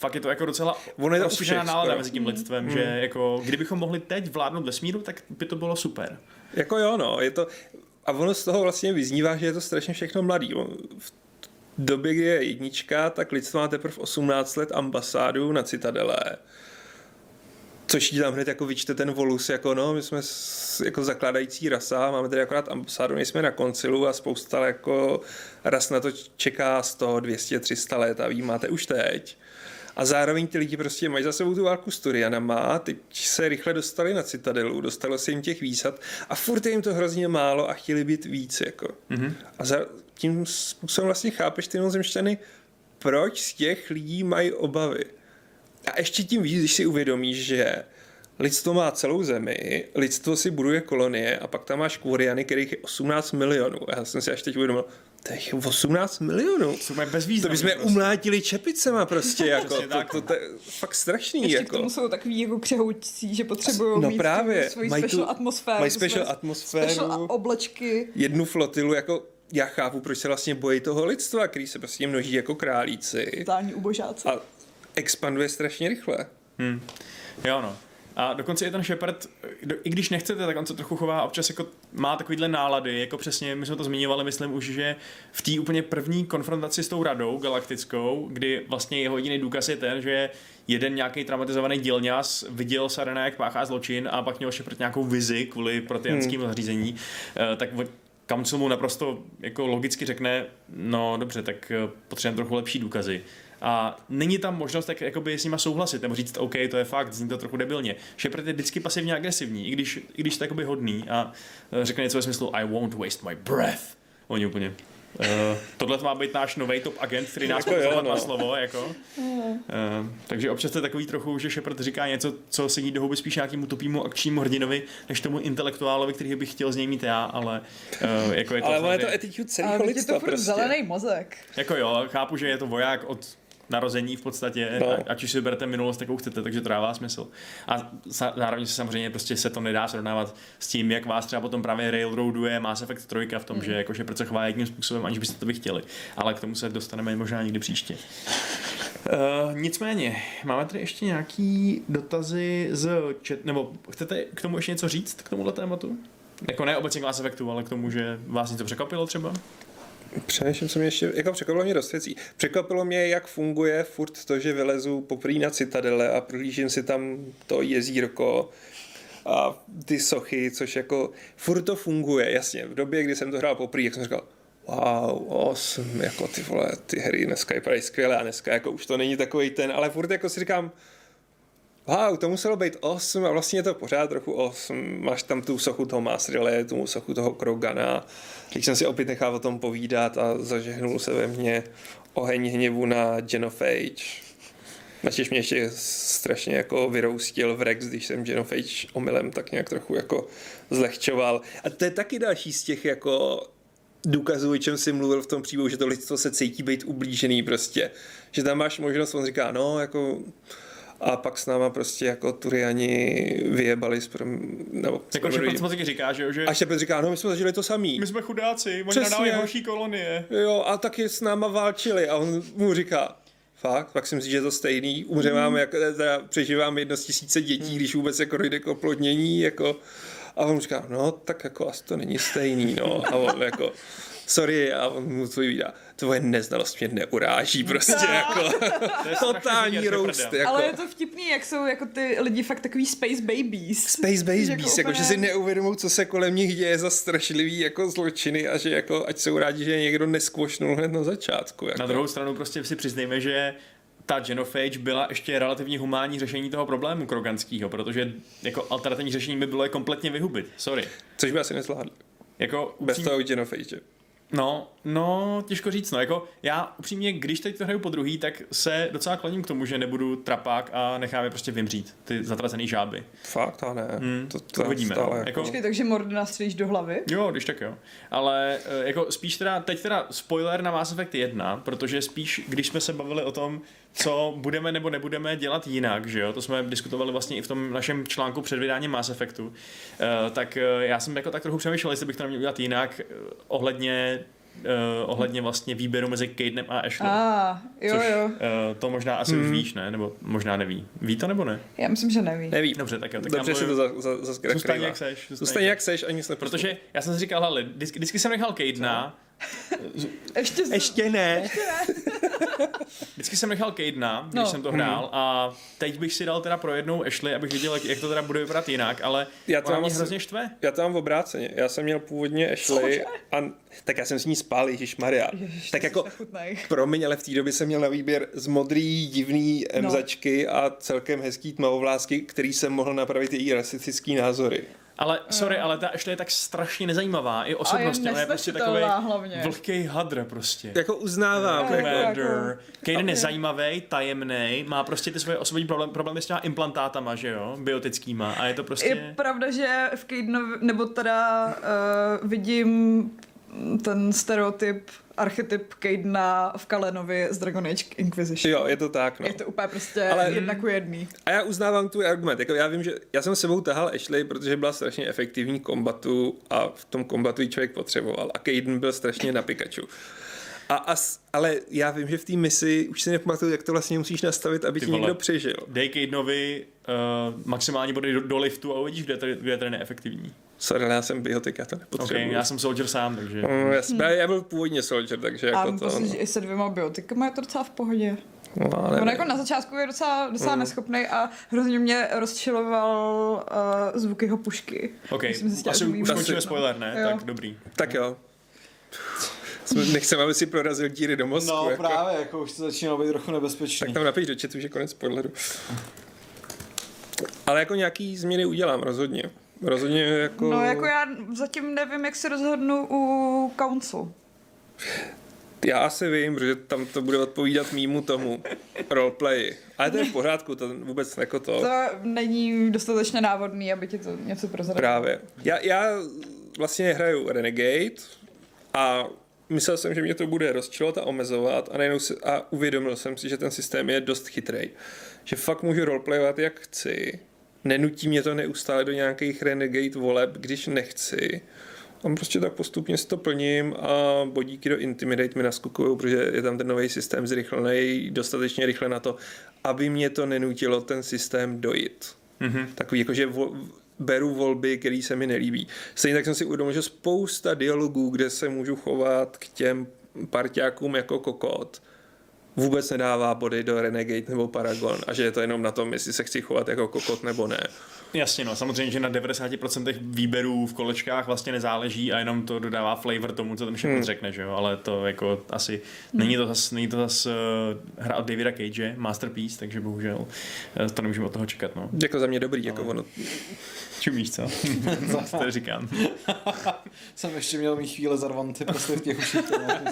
fakt je to jako docela rozšířená nálada mezi tím lidstvem, hmm. že jako kdybychom mohli teď vládnout vesmíru, tak by to bylo super. Jako jo, no, je to, a ono z toho vlastně vyznívá, že je to strašně všechno mladý. V době, kdy je jednička, tak lidstvo má teprve osmnáct let ambasádu na Citadele. Což jí tam hned jako vyčte ten volus, jako no, my jsme jako zakládající rasa, máme tady akorát ambasádu, nejsme na koncilu a spousta jako ras na to čeká sto, dvě stě, tři sta let a vy máte už teď. A zároveň ty lidi prostě mají za sebou tu válku s Turianama, teď se rychle dostali na Citadelu, dostalo se jim těch výsad a furt je jim to hrozně málo a chtěli být víc, jako. Mm-hmm. A za, tím způsobem vlastně chápeš ty mimozemšťany, proč z těch lidí mají obavy. A ještě tím víc, když si uvědomíš, že lidstvo má celou zemi, lidstvo si buduje kolonie a pak tam máš Kvoriany, kterých je osmnáct milionů. A já jsem si až teď uvědomil, to je osmnáct milionů. To bychom prostě umlátili čepicema prostě, jako, to, to, to, to je fakt strašný. Ještě jako. k tomu jsou takový jako křehoučcí, že potřebují no mít právě. svoji Mají special tu, atmosféru. Mají special atmosféru. Special oblečky. Jednu flotilu, jako já chápu, proč se vlastně bojí toho lidstva, který se prostě množí jako králíci. Totální ubožáci. A expanduje strašně rychle. Hmm. Jo no. A dokonce i ten Shepard, i když nechcete, tak on se trochu chová občas jako má takovýhle nálady, jako přesně, my jsme to zmiňovali, myslím už, že v té úplně první konfrontaci s tou radou galaktickou, kdy vlastně jeho jediný důkaz je ten, že jeden nějaký traumatizovaný dělňas viděl Sarena, jak páchá zločin a pak měl Shepard nějakou vizi kvůli proteanským hmm. zařízení, tak Council mu naprosto jako logicky řekne, no dobře, tak potřebujeme trochu lepší důkazy. A není tam možnost tak jakoby s nima souhlasit, nebo říct, OK, to je fakt, zní to trochu debilně. Shepard je vždycky pasivně agresivní, i když, i když to je hodný a řekne něco ve smyslu I won't waste my breath. Oni úplně. Uh, tohle má být náš nový top agent, který nás pozvat na slovo, jako. Uh, takže občas to je takový trochu, že Shepard říká něco, co sedí do houby spíš nějakému tupýmu akčnímu hrdinovi, než tomu intelektuálovi, který bych chtěl z něj mít já, ale uh, jako je to... Ale ono je to attitude celého lidstva prostě. Ale je to furt zelený mozek. Jako jo, chápu, že je to voják od narození v podstatě, no. Ať už si berete minulost, jakou chcete, takže to dává smysl. A zároveň se samozřejmě prostě se to nedá srovnávat s tím, jak vás třeba potom právě railroaduje Mass Effect tři v tom, mm. že jakože proč se chová jedním způsobem, aniž byste to by chtěli. Ale k tomu se dostaneme možná někdy příště. Uh, nicméně, máme tady ještě nějaký dotazy z chat, nebo chcete k tomu ještě něco říct, k tomuhle tématu? Jako ne obecně k Mass Effectu, ale k tomu, že vás něco překvapilo třeba? Přemýšlím, co mě ještě, jako překvapilo mě dost věcí. Překvapilo mě, jak funguje furt to, že vylezu poprvé na Citadele a prohlížím si tam to jezírko a ty sochy, což jako furt to funguje, jasně. V době, kdy jsem to hrál poprvé, jak jsem říkal, wow, awesome, jako ty vole, ty hry dneska vypadají skvěle a dneska jako už to není takovej ten, ale furt jako si říkám, wow, to muselo být osm a vlastně je to pořád trochu osm. Máš tam tu sochu toho Master, tu sochu toho Krogana. Když jsem si opět nechal o tom povídat a zažehnul se ve mně oheň hněvu na Genophage. Načež mě ještě strašně jako vyroustil v Rex, když jsem Genophage omylem tak nějak trochu jako zlehčoval. A to je taky další z těch jako důkazů, o čem jsi mluvil v tom příběhu, že to lidstvo se cítí být ublížený prostě. Že tam máš možnost, on říká, no jako... A pak s náma prostě jako Turiani vyjebali sprom, nebo jako Shepard taky říká, že jo, že... A Shepard říká, no my jsme zažili to samý. My jsme chudáci, oni nadávají horší kolonie. Jo, a taky s náma válčili a on mu říká, fakt, pak si myslím, že je to stejný, umřeváme, mm. jako, teda přežíváme jedno z tisíce dětí, když vůbec jako dojde k oplodnění, jako... A on říká, no tak jako asi to není stejný, no. A on jako... Sorry, a on mu to vyvídá. Tvoje neznalost mě neuráží, prostě jako totální roast. Jako. Ale je to vtipný, jak jsou jako ty lidi fakt takový space babies. Space babies, jako, jako úplně... že si neuvědomou, co se kolem nich děje za strašlivý jako zločiny a že jako, ať jsou rádi, že někdo neskvošnul hned na začátku. Jako. Na druhou stranu prostě si přiznejme, že ta Genophage byla ještě relativně humánní řešení toho problému kroganského, protože jako alternativní řešení by bylo je kompletně vyhubit. Sorry. Což by asi nezvládli. Jako bez upřímně... toho Genophage. No, no, těžko říct, no, jako já upřímně, když teď to hraju po druhý, tak se docela kloním k tomu, že nebudu trapák a necháme prostě vymřít ty zatracený žáby. Fakt, a ne. Hmm, to, to uvidíme. Stále, no. jako... Počkej, takže Mordina střílíš do hlavy? Jo, když tak jo. Ale jako spíš teda, teď teda spoiler na Mass Effect jedna, protože spíš, když jsme se bavili o tom, co budeme nebo nebudeme dělat jinak, že jo, to jsme diskutovali vlastně i v tom našem článku před vydáním Mass Effectu, uh, tak uh, já jsem jako tak trochu přemýšlel, jestli bych to neměl dělat jinak uh, ohledně ohledně vlastně výběru mezi Cadenem a Ashley. Ah, jo, což, jo. Uh, to možná asi hmm. už víš, ne? Nebo možná neví. Ví to nebo ne? Já myslím, že neví. Neví. Dobře, tak jo. Tak Dobře si to za, za, za zůstaň jak seš. Zůstaň jak seš, ani nic neposlou. Protože já jsem si říkal, hele, vždycky, vždycky jsem nechal Cadena. Ještě, Ještě ne. Ještě ne. Vždycky jsem nechal Cadena, když No. jsem to hrál, a teď bych si dal teda pro jednou Ashley, abych viděl, jak, jak to teda bude vypadat jinak, ale Já to ona mám mě asi- hrozně štve. Já to mám v obráceně. Já jsem měl původně Ashley a tak já jsem s ní spál, ježišmarja. Ježiš, Tak to jako jsi nechutnej. promiň, ale v té době jsem měl na výběr z modrý, divný emzačky a celkem hezký tmavovlásky, který jsem mohl napravit její rasistický názory. Ale sorry, ale ta Ashley je tak strašně nezajímavá, i osobnostně, ale je prostě takový nesnesitelná hlavně. vlhký hadr prostě. Jako uznávám. Jo, Jako, jo. Commander. Caden je Okay. zajímavý, tajemný, má prostě ty svoje osobní problém, problémy s těma implantátama, že jo, biotickýma, a je to prostě... Je pravda, že v Cadenovi, nebo teda uh, vidím ten stereotyp, archetyp Cadena v Kalenovi z Dragon Age Inquisition. jo, je to tak, no. Je to úplně prostě Ale- ale... jedna ku jedný. A já uznávám tvůj argument. Jako já vím, že já jsem s sebou tahal Ashley, protože byla strašně efektivní kombatu a v tom kombatu ji člověk potřeboval. A Caden byl strašně na Pikachu. A, a, s- ale já vím, že v té misi už si nepamatuju, jak to vlastně musíš nastavit, aby Ty ti vole. někdo přežil. Dej Cadenovi uh, maximálně body do, do liftu a uvidíš, kde, to- kde je ten neefektivní. Sorry, ale já jsem biotik, já to Ok, nepotřebuji. já jsem soldier sám, takže... Mm, já, jsem, já byl původně soldier, takže A jako mám to... pocit, že i se dvěma biotikama je to docela v pohodě. No, On nevím. jako na začátku je docela, docela mm. neschopný a hrozně mě rozčiloval uh, zvuk jeho pušky. Ok, Když jsem zjistila, asi že umí už mluvit, skončíme no. spoiler, ne? Jo. Tak dobrý. Tak jo. Jsme- Nechcem, aby si prorazil díry do mozku. No jako. právě, jako už to začínalo být trochu nebezpečný. Tak tam napiš do chatu, že konec spoileru. Ale jako nějaký změny udělám, rozhodně. Rozhodně jako... No jako já zatím nevím, jak se rozhodnu u Council. Já asi vím, protože tam to bude odpovídat mýmu tomu roleplay. Ale to je v pořádku, to vůbec jako to. To není dostatečně návodný, aby ti to něco prozradilo. Právě. Já, já vlastně hraju Renegade a myslel jsem, že mě to bude rozčilovat a omezovat a, najednou si, a uvědomil jsem si, že ten systém je dost chytrej. Že fakt můžu roleplayovat jak chci. Nenutí mě to neustále do nějakých Renegade voleb, když nechci. A prostě tak postupně si to plním a bodíky do Intimidate mi naskukujou, protože je tam ten nový systém zrychlený dostatečně rychle na to, aby mě to nenutilo ten systém dojít. Mm-hmm. Takový jako, že vo, beru volby, které se mi nelíbí. Stejně tak jsem si uvědomil, že spousta dialogů, kde se můžu chovat k těm parťákům jako kokot, vůbec nedává body do Renegade nebo Paragon a že je to jenom na tom, jestli se chci chovat jako kokot nebo ne. Jasně, no, samozřejmě, že na devadesát procent výběrů v kolečkách vlastně nezáleží a jenom to dodává flavor tomu, co ten šepot hmm. řekne, že jo, ale to jako asi, hmm. není to zas, není to zas uh, hra od Davida Cage, Masterpiece, takže bohužel uh, to nemůžeme od toho čekat, no. Jako za mě dobrý, jako ono. Čumíš, co? Co to říkám. Jsem ještě měl mý chvíle zarvanty prostě v těch uších.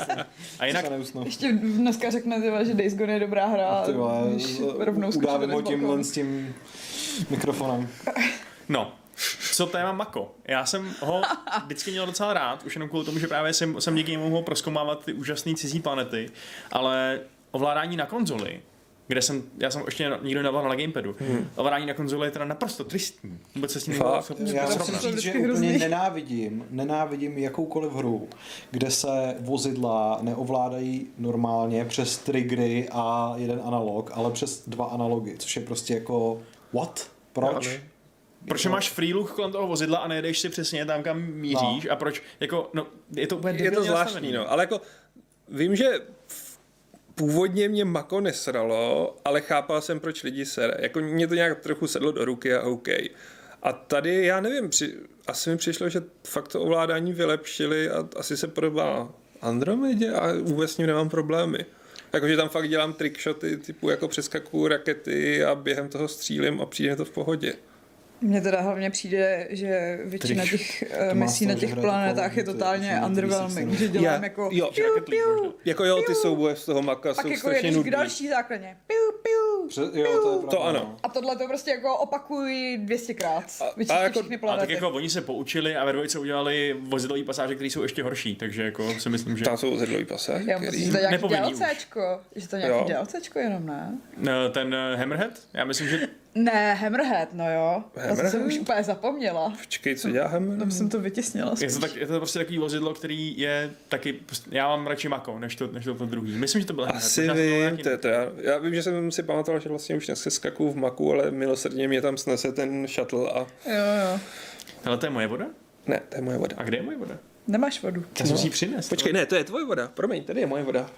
A jinak, Ještě dneska řekne, tyva, že Days Gone je dobrá hra a když rovnou udávím ho tímhle s tím mikrofonem. no, co téma Mako? Já jsem ho vždycky měl docela rád, už jenom kvůli tomu, že právě jsem, jsem díky němu mohl prozkoumávat ty úžasné cizí planety, ale ovládání na konzoli, kde jsem, já jsem ještě nikdo neovládal na gamepadu, hmm. ovládání na konzoli je teda naprosto tristní. Vůbec se s tím nedalo schopný Já srovnat. musím říct, že Vždycky úplně hrozný. nenávidím, nenávidím jakoukoliv hru, kde se vozidla neovládají normálně přes triggery a jeden analog, ale přes dva analogy, což je prostě jako what? Proč? Já ne. Proč máš free look kolem toho vozidla a nejedeš si přesně tam, kam míříš no. a proč, jako, no, je to úplně Je to debilně zvláštní, nastavený. no, ale jako vím, že původně mě Mako nesralo, ale chápal jsem, proč lidi sere. Jako mě to nějak trochu sedlo do ruky a OK. A tady, já nevím, při, asi mi přišlo, že fakt to ovládání vylepšili a asi se podobá Andromedě a vůbec s ním nemám problémy. Jakože tam fakt dělám trickshoty, typu jako přeskakuju rakety a během toho střílím a přijde to v pohodě. Mně teda hlavně přijde, že většina Triš. těch To uh, má misí z na toho, těch že hraje planetách je takovou- totálně to- to- underwhelming, to- že dělám Já- jako jo. piu, Rocket League piu, možná. Jako jo, ty Piu. souboje z toho Maka pak jsou jako strašně jedeš k nudný. další základně. Piu, piu, Pře- jo, to je pravda. To ano. a tohle to prostě jako opakují dvě stě krát. A- Vyčistíš a jako- všechny A tak planety. jako oni se poučili a ve dvojce udělali vozidlový pasáže, které jsou ještě horší, takže jako si myslím, že Tam jsou zedlový pasáž, Já myslím, který... že to je nějaký Nepovinný už. DLCčko. Že to je Jo. nějaký DLCčko jenom, ne? Eh, ten eh, Hammerhead, já myslím, že Ne, Hammerhead, no jo. Hammerhead? To jsem už úplně zapomněla. Počkej, co dělá Hammerhead? Tam jsem to vytěsnila. Je to, tak, je to prostě takový vozidlo, který je taky, já mám radši Mako, než to, než to, to druhý. Myslím, že to bylo Asi vím, to, to já, já vím, že jsem si pamatoval, že vlastně už neskakuju v Maku, ale milosrdně mě tam snese ten shuttle a... Jo, jo. Ale to je moje voda? Ne, to je moje voda. A kde je moje voda? Nemáš vodu. Já jsem si ji přines. Počkej, ne, to je tvoje voda. Promiň, tady je moje voda.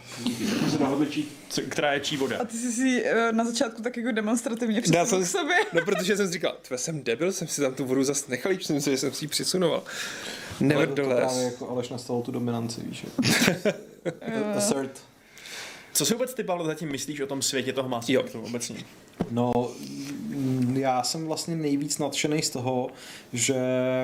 Co, která je čí voda? A ty jsi si eh, na začátku tak jako demonstrativně Já přisunul jsem, k sobě. no, protože jsem si říkal, tve jsem debil, jsem si tam tu vodu zase nechal, jsem si, že jsem si ji přisunoval. Nevertheless. To právě jako Aleš nastavil tu dominanci, víš. Assert. Co si vůbec ty, Pavlo, zatím myslíš o tom světě toho Mass Effectu obecně? No, já jsem vlastně nejvíc nadšený z toho, že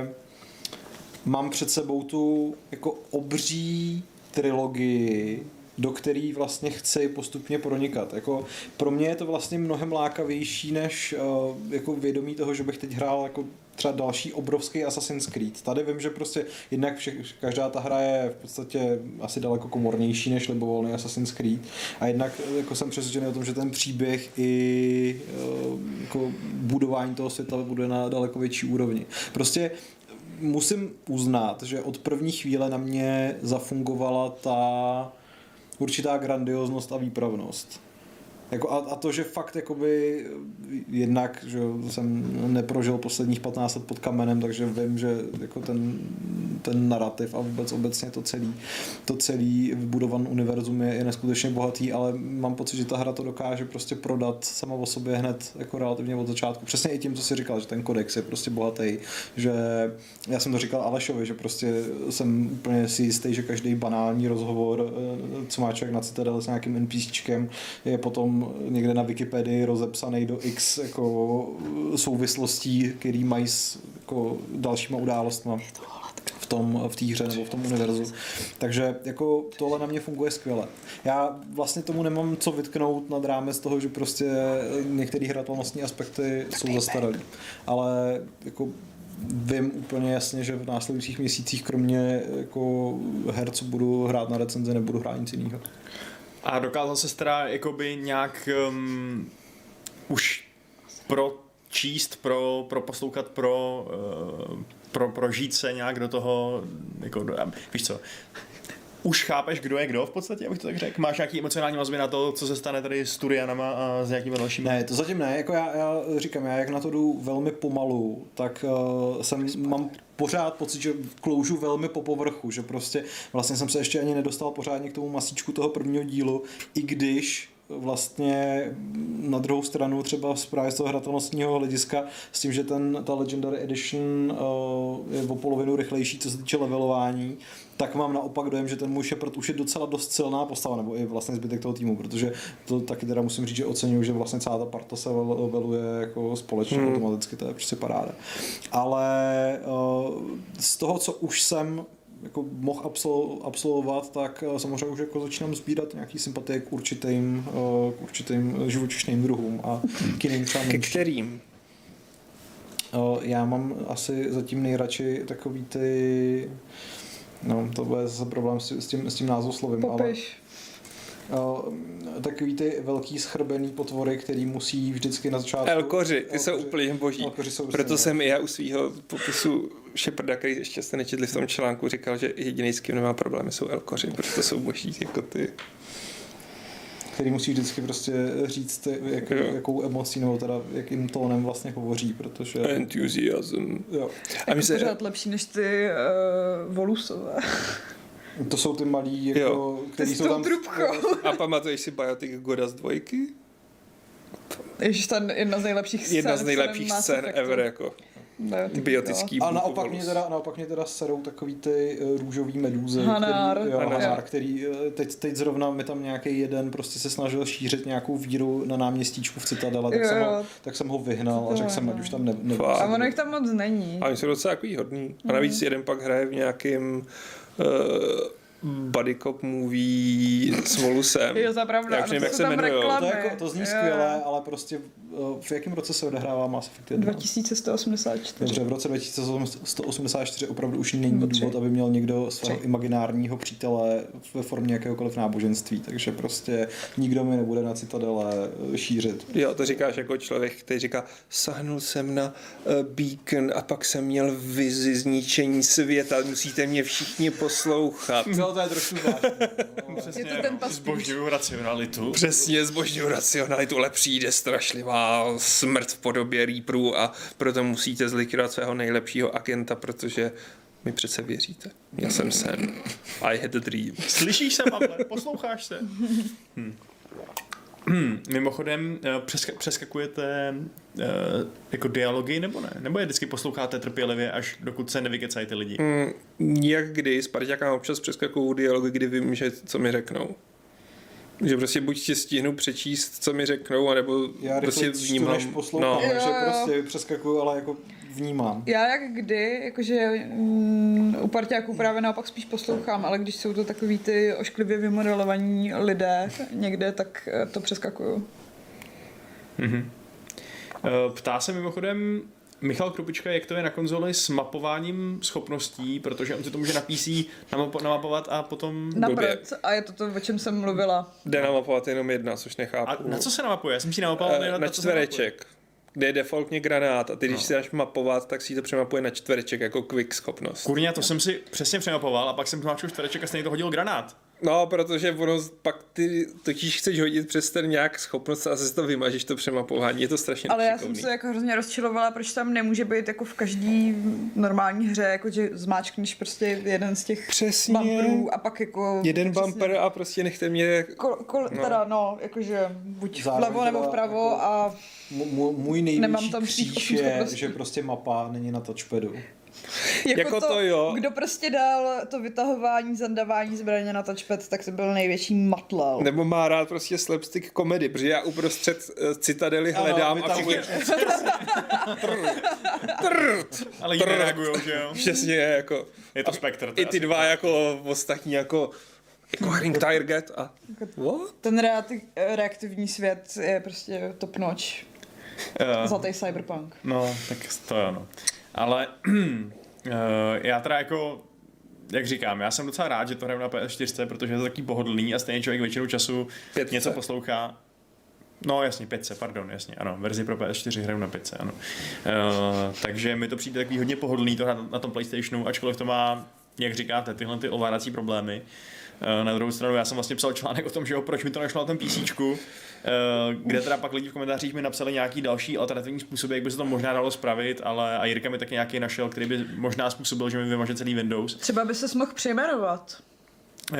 mám před sebou tu jako obří trilogii, do který vlastně chci postupně pronikat. Jako pro mě je to vlastně mnohem lákavější než uh, jako vědomí toho, že bych teď hrál jako třeba další obrovský Assassin's Creed. Tady vím, že prostě jednak vše, každá ta hra je v podstatě asi daleko komornější než libovolný Assassin's Creed a jednak jako jsem přesvědčený o tom, že ten příběh i uh, jako budování toho světa bude na daleko větší úrovni. Prostě musím uznat, že od první chvíle na mě zafungovala ta určitá grandioznost a výpravnost. Jako a, a to, že fakt jakoby jednak, že jsem neprožil posledních patnáct let pod kamenem, takže vím, že jako ten, ten narrativ a vůbec obecně to celý, to celý vybudovaný univerzum je, je neskutečně bohatý, ale mám pocit, že ta hra to dokáže prostě prodat sama o sobě hned jako relativně od začátku. Přesně i tím, co jsi říkal, že ten kodex je prostě bohatý, že já jsem to říkal Alešovi, že prostě jsem úplně si jistý, že každý banální rozhovor, co má člověk na Citadel s nějakým NPCčkem, je potom někde na Wikipedii rozepsaný do x jako souvislostí, který mají s jako dalšíma událostma v tom, v té hře nebo v tom univerzu. Takže jako tohle na mě funguje skvěle. Já vlastně tomu nemám co vytknout nad rámec toho, že prostě některé hratelnostní aspekty jsou zastaralý. Ale jako vím úplně jasně, že v následujících měsících kromě jako her, co budu hrát na recenzi, nebudu hrát nic jiného. A dokázal se teda jakoby nějak um, už pročíst, pro, pro poslouchat, pro, uh, pro prožít se nějak do toho, jako, víš co, už chápeš, kdo je kdo v podstatě, abych to tak řekl? Máš nějaký emocionální vazby na to, co se stane tady s Turianama a s nějakými dalšími? Ne, to zatím ne, jako já, já říkám, já jak na to jdu velmi pomalu, tak uh, jsem, mám pořád pocit, že kloužu velmi po povrchu, že prostě vlastně jsem se ještě ani nedostal pořádně k tomu masíčku toho prvního dílu, i když vlastně na druhou stranu třeba právě z toho hratelnostního hlediska s tím, že ten, ta Legendary Edition uh, je o polovinu rychlejší, co se týče levelování, tak mám naopak dojem, že ten můj Shepard už je docela dost silná postava, nebo i vlastně zbytek toho týmu, protože to taky teda musím říct, že oceňuji, že vlastně celá ta parta se leveluje jako společně hmm. automaticky, to je prostě paráda. Ale uh, z toho, co už jsem jako mohl absol- absolvovat, tak samozřejmě už jako začínám sbírat nějaký sympatie k určitým, k určitým živočišným druhům a k jiným třeba Ke kterým? Já mám asi zatím nejradši takový ty, no to bude zase problém s tím, s tím názvoslovím, Popiš. ale takový ty velký schrbený potvory, který musí vždycky na začátku... Elkoři, ty elkoři, jsou úplně boží. Jsou Proto jsem i já u svýho popisu Sheparda, který ještě jste nečetli v tom článku, říkal, že jediný, s kým nemá problémy, jsou elkoři, protože jsou boží jako ty. Který musí vždycky prostě říct, jak, jakou emocí nebo teda jakým tónem vlastně hovoří, protože... Enthusiasm. Jo. A my se... pořád lepší než ty uh, volusové. To jsou ty malí, jako, jo. který jsou tam... Trubkou. A pamatuješ si Biotic Goda z dvojky? Ježiš, ta jedna z nejlepších scén. Jedna z nejlepších scén ever, jako. Biotický a naopak mě, teda, naopak mě teda serou takový ty uh, růžový medúzy, Hanár. který, jo, Hanár. Hanár, který uh, teď, teď zrovna mi tam nějaký jeden prostě se snažil šířit nějakou víru na náměstíčku v Citadele, tak, jsem ho, tak jsem ho vyhnal a řekl jsem, ať už tam ne, ne, Fakt. A ono jich tam moc není. A oni jsou docela takový hodný. A navíc jeden pak hraje v nějakým uh, buddy cop movie s Volusem. Jo, to je pravda. Já už nevím, jak to se tam jmenujou. To, reklamy. jako, to zní Jo. skvěle, ale prostě uh, v jakém roce se odehrává Mass Effect jedna? dva tisíce sto osmdesát čtyři. Dobře, v roce dva tisíce sto osmdesát čtyři opravdu už není Nebo tři. důvod, aby měl někdo svého Tři. imaginárního přítele ve formě jakéhokoliv náboženství, takže prostě nikdo mi nebude na Citadele šířit. Jo, to říkáš jako člověk, který říká, sahnul jsem na uh, beacon a pak jsem měl vizi zničení světa, musíte mě všichni poslouchat. No, to je trošku zvláštní. Přesně, Je to ten pastič. zbožňuju racionalitu. Přesně, zbožňuji racionalitu, ale přijde strašlivá smrt v podobě Reaperů a proto musíte zlikvidovat svého nejlepšího agenta, protože mi přece věříte. Já jsem sen. I had a dream. Slyšíš se, Pavle? Posloucháš se? Hm. Hm. Mimochodem, eh, přeska- přeskakujete uh, jako dialogy, nebo ne? Nebo je vždycky posloucháte trpělivě, až dokud se nevykecají ty lidi? Mm, jak kdy, s parťákama občas přeskakuju dialogy, kdy vím, že co mi řeknou. Že prostě buď si stihnu přečíst, co mi řeknou, anebo Já prostě rychle čtu, vnímám. než poslouchám, No. takže Jo, jo. prostě přeskakuju, ale jako vnímám. Já jak kdy, jakože mm, u parťáků právě naopak spíš poslouchám, ale když jsou to takový ty ošklivě vymodelovaní lidé někde, tak eh, to přeskakuju. Mhm. Eh, Ptá se mimochodem Michal Krupička, jak to je na konzoli s mapováním schopností, protože on si to může na P C namapo- namapovat a potom... Napřed, a je to to, o čem jsem mluvila. Jde namapovat jenom jedna, což nechápu. A na co se namapuje? Já jsem si namapoval Eh, na, na to, co se namapuje. čtvereček, kde je defaultně granát a ty, když No. si dáš mapovat, tak si to přemapuje na čtvereček jako quick schopnost. Kurňa, to jsem si přesně přemapoval a pak jsem zmáčkl čtvereček a stejně to hodil granát. No, protože ono, pak ty totiž chceš hodit přes ten nějak schopnost a zase to vymažeš to přemapování, je to strašně Ale já jsem nešikovný. se jako hrozně rozčilovala, proč tam nemůže být jako v každý normální hře, jako že zmáčkneš prostě jeden z těch Přesně. bumperů a pak jako... Jeden přesně- bumper a prostě nechte mě... Kol, kol, No. teda no, jakože buď Zároveň vlevo nebo teda vpravo jako- a M- můj Nemám největší tam všech kříž osm je, schopností. že prostě mapa není na touchpadu. jako, Jako to, to jo. kdo prostě dal to vytahování, zandavání zbraně na touchpad, tak to byl největší matlal. Nebo má rád prostě slapstick komedy, protože já uprostřed uh, Citadely Ano, hledám a vytahuje. všichni... Ale lidi Trrrt. nereagujou, že jo? Přesně jako... Je to Spectre. to I je ty asi- dva jako ostatní jako... Acquiring target a... What? Ten reaktiv, reaktivní svět je prostě top notch. Eh, Zlatý cyberpunk. No, tak to jo, no. Ale uh, já teda jako, jak říkám, já jsem docela rád, že to hraju na P S čtyři, protože je to takový pohodlný a stejně člověk většinou času Pětce. něco poslouchá. No jasně, pětce, pardon, jasně, ano, verzi pro P S čtyři hraju na pětce, ano. Uh, takže mi to přijde takový hodně pohodlný to hrát na tom PlayStationu, ačkoliv to má, jak říkáte, tyhle ty ovládací problémy. Uh, na druhou stranu já jsem vlastně psal článek o tom, že jo, proč mi to nešlo na tom PCčku, uh, kde teda pak lidi v komentářích mi napsali nějaký další alternativní způsoby, jak by se to možná dalo spravit, ale a Jirka mi taky nějaký našel, který by možná způsobil, že mi vymaže celý Windows. Třeba by se mohl přejmenovat. Uh,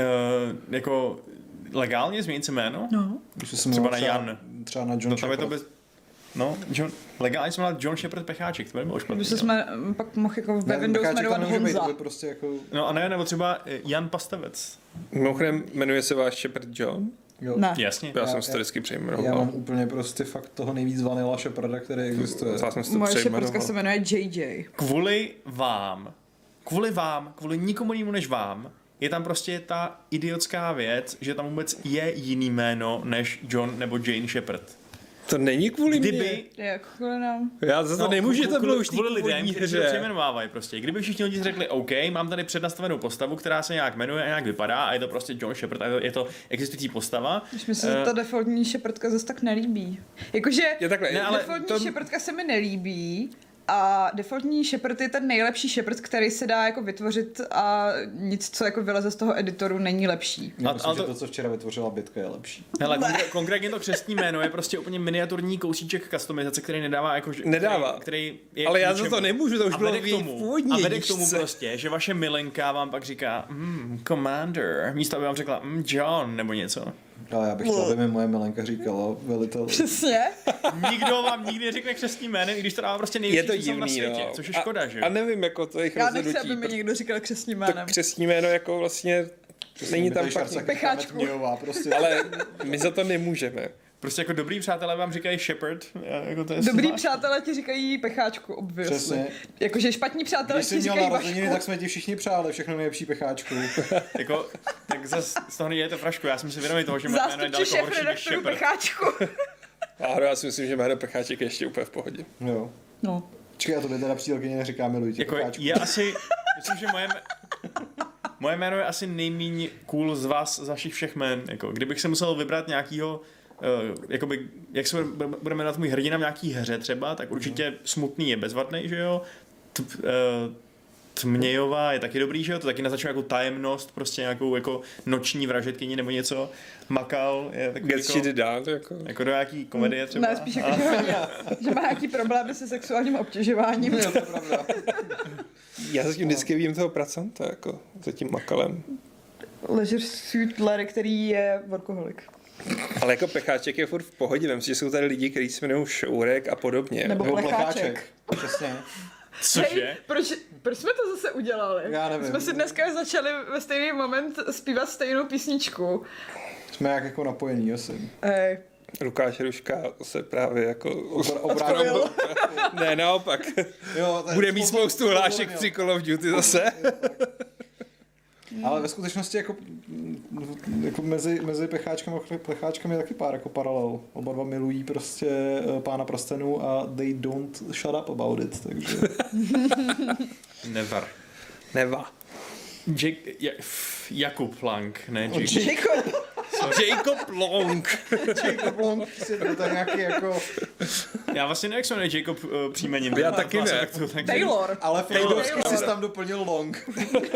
jako legálně změnit se jméno? No. Když se Třeba jmenoval na Jan. Třeba na John No tam je to Shepard. bez... No, John, legálně jsme měli John Shepard Pecháček, to by bylo špatný. By se no. jsme pak mohl jako ve Ne, Windows Pecháček tam jmenovat nemůže být, Honza. to by prostě jako... No a ne, nebo třeba eh, Jan Pastavec. Mimochodem, jmenuje se váš Shepard John? Jo. Ne. Jasně. Já, Já- jsem si to já- vždycky Já přejmenoval. mám úplně prostě fakt toho nejvíc Vanilla Sheparda, který existuje. Já jsem si to Moje přejmenoval. šepardka se jmenuje J J. Kvůli vám, kvůli vám, kvůli nikomu jinému než vám, je tam prostě ta idiotská věc, že tam vůbec je jiný jméno než John nebo Jane Shepard. To není kvůli Kdyby... mně. Jako kvůli nám. Já za to nemůžu, že to bylo už kvůli lidem, lidem, kteří to hře. přejmenovávají prostě. Kdyby všichni lidi řekli, OK, mám tady přednastavenou postavu, která se nějak jmenuje a nějak vypadá a je to prostě John Shepard a je to, je to existující postava. Když mi se Eh, ta defaultní šepardka zase tak nelíbí. Jakože Je takhle, Ne, ne, ale ale defaultní to, šepardka se mi nelíbí a defaultní Shepard je ten nejlepší Shepard, který se dá jako vytvořit a nic, co jako vyleze z toho editoru, není lepší. Já A- myslím, ale že to- to, co včera vytvořila Bitka, je lepší. Hele, konkr- konkrétně to křestní jméno je prostě úplně miniaturní kousíček customizace, který nedává jako... že- Nedává. Který, který je Ale já ničemu. za to nemůžu, to už a bylo vede v k její tomu, původní a vede k tomu jedničce. prostě, že vaše milenka vám pak říká mm, Commander, místo aby vám řekla mm, John nebo něco. Ale já bych chtěl, aby mi moje milenka říkala velitel. Přesně. Nikdo vám nikdy neřekne křestní jménem, i když to dává prostě je největší to smysl na divný, světě, no. což je A- škoda, že A jo? nevím, jako to jejich Já nechci, rozhodnutí. aby mi někdo říkal křestním To jménem. křestní jméno jako vlastně není tam fakt... Pecháčku. Prostě. Ale my za to nemůžeme. prostě jako dobrý přátelé vám říkají Shepherd. Jako to je Dobrý zvláštní. přátelé ti říkají pecháčku, obviously. Přesně. Jakože špatní přátelé Když ti jsi měl říkají narozeniny, Vašku. tak jsme ti všichni přáli všechno nejlepší pecháčku. Jako, tak zas z toho nejde frašku, já jsem si vědomý toho, že moje jméno je Zástupče daleko šéf horší než redaktoru Shepherd. pecháčku. A já si myslím, že jméno Pecháček je ještě úplně v pohodě. Jo. No. Čekaj, a to by teda přítelkyně neříká miluji tě Jako pecháčku. je asi, myslím, že moje, moje jméno je asi nejméně cool z vás, z vašich všech jmén. Jako, kdybych se musel vybrat nějakýho, uh, jakoby, jak se bude jmenovat můj hrdina v nějaký hře třeba, tak určitě Smutný je bezvadný, že jo? T, uh, Tmějová je taky dobrý, že jo? To taky naznačuje jako tajemnost, prostě nějakou jako noční vražedkyni nebo něco. Makal je takový Get shit jako, done, jako. jako do nějaký komedie třeba. Ne, spíš jako, že, hodně, že má nějaký problémy se sexuálním obtěžováním. Jo, to je pravda. Já se tím vždycky vidím toho pracanta, jako za tím Makalem. Leisure Suit Larry, který je workoholik. Ale jako Pecháček je furt v pohodě, vem si, že jsou tady lidi, kteří se jmenují Šourek a podobně. Nebo Nebo plecháček. Přesně. Cože? proč, proč jsme to zase udělali? Já nevím. Jsme si dneska začali ve stejný moment zpívat stejnou písničku. Jsme jak jako napojení asi. Ej. Lukáš Ruška se právě jako... Obr- obrátil. Ne, naopak. Jo, to je Bude mít spoustu spoustu hlášek měl. při Call of Duty zase. Ale ve skutečnosti jako, jako mezi, mezi pecháčkami a plecháčkami je taky pár jako paralel. Oba dva milují prostě eh, Pána prstenů a they don't shut up about it, takže... Never. Neva. Jake, ja, Jakub Lang, ne Jake. Jacob. Jacob Long. Jacob Long, to je nějaký jako... Já vlastně nevím, jak se jmenuje Jacob uh, příjmením. Já taky ne. Tak to, tak Taylor. Ale Freudovsky Taylor. jsi tam doplnil Long.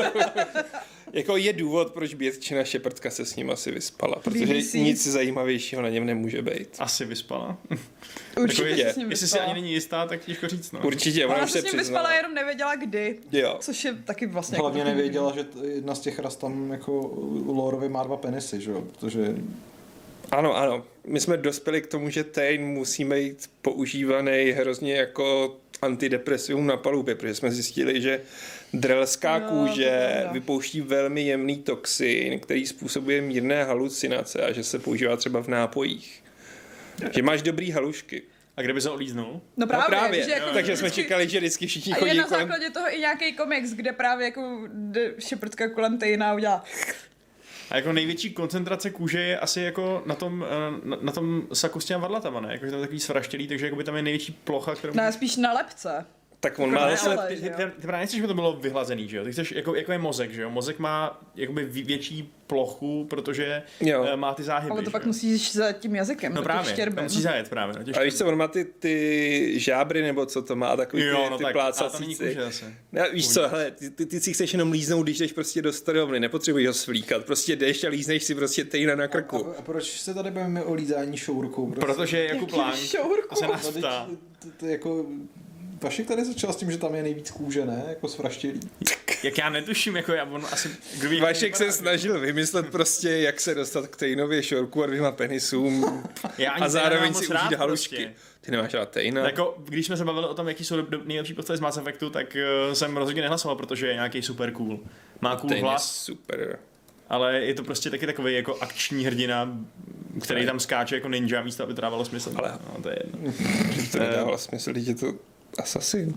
Jako je důvod, proč Bětčina Šeprdka se s ním asi vyspala, protože B B C. nic zajímavějšího na něm nemůže být. Asi vyspala. Určitě Jako je. se s ním Jestli si vyspala. ani není jistá, tak těžko říct. No. Určitě, ona Ona už se se s ním vyspala, přiznala. jenom nevěděla kdy. Jo. Což je taky vlastně... Hlavně jako nevěděla, že t- jedna z těch ras tam jako Lorovi má dva penisy, že jo, protože... Ano, ano. My jsme dospěli k tomu, že Tain musí být používaný hrozně jako antidepresivum na palubě, protože jsme zjistili, že drelská No, to je kůže pravda. vypouští velmi jemný toxin, který způsobuje mírné halucinace a že se používá třeba v nápojích. Že máš dobrý halušky. A kde by se olíznul? No právě, no právě. že jako Takže jsme vždycky- čekali, že vždycky všichni A je chodí na kolem... základě toho i nějaký komiks, kde právě jako jde Šeprdka kolem Taina udělá. A jako největší koncentrace kůže je asi jako na tom, eh, na, na tom saku s těma vadlatama, ne? Jakože tam je takový svraštělý, takže jakoby tam je největší plocha, kterou... Ne, spíš na lepce. Tak on Jako má... ne, Ale ale, ty, že ty, jo. ty, ty právě nechceš, aby to bylo vyhlazený, že jo? Ty chceš, jako, jako je mozek, že jo? Mozek má jakoby vě- větší plochu, protože Jo. eh, má ty záhyby, Ale to že pak jo? musíš za tím jazykem, No do těch právě, štěrben. to musí zajet právě. No, A víš co, on má ty, ty žábry, nebo co to má, takový jo, ty, no ty tak, ale to není plácacíci. kůže zase. Ne, víš co, hele, ty, ty, ty si chceš jenom líznout, když jdeš prostě do starovny, nepotřebuješ ho svlíkat, prostě jdeš a lízneš si prostě Taina na krku. A, a proč se tady bavíme o lízání šourkou? Prostě? Protože Jakub Jaký Lang, šourku? to se nás No, teď, ptá. to, to, jako... Vašek tady začal s tím, že tam je nejvíc kůže, ne? Jako svraštělý. Jak já netuším, jako já, on asi... kdo ví, jak Vašek to se vypadá. snažil vymyslet prostě, jak se dostat k Tainově šorku a dvěma penisům Já ani a zároveň nemám si moc rád užít halušky. prostě. Ty nemáš rád Taina? Jako, když jsme se bavili o tom, jaký jsou do, do, nejlepší postavy z Mass Effectu, tak uh, jsem rozhodně nehlasoval, protože je nějaký super cool. Má cool Tain je hlas, super. ale je to prostě taky takový jako akční hrdina, který tam skáče jako ninja místo, aby to dávalo smysl. Ale- no, to je jedno. To nedávalo smysl, teď je to Assassin.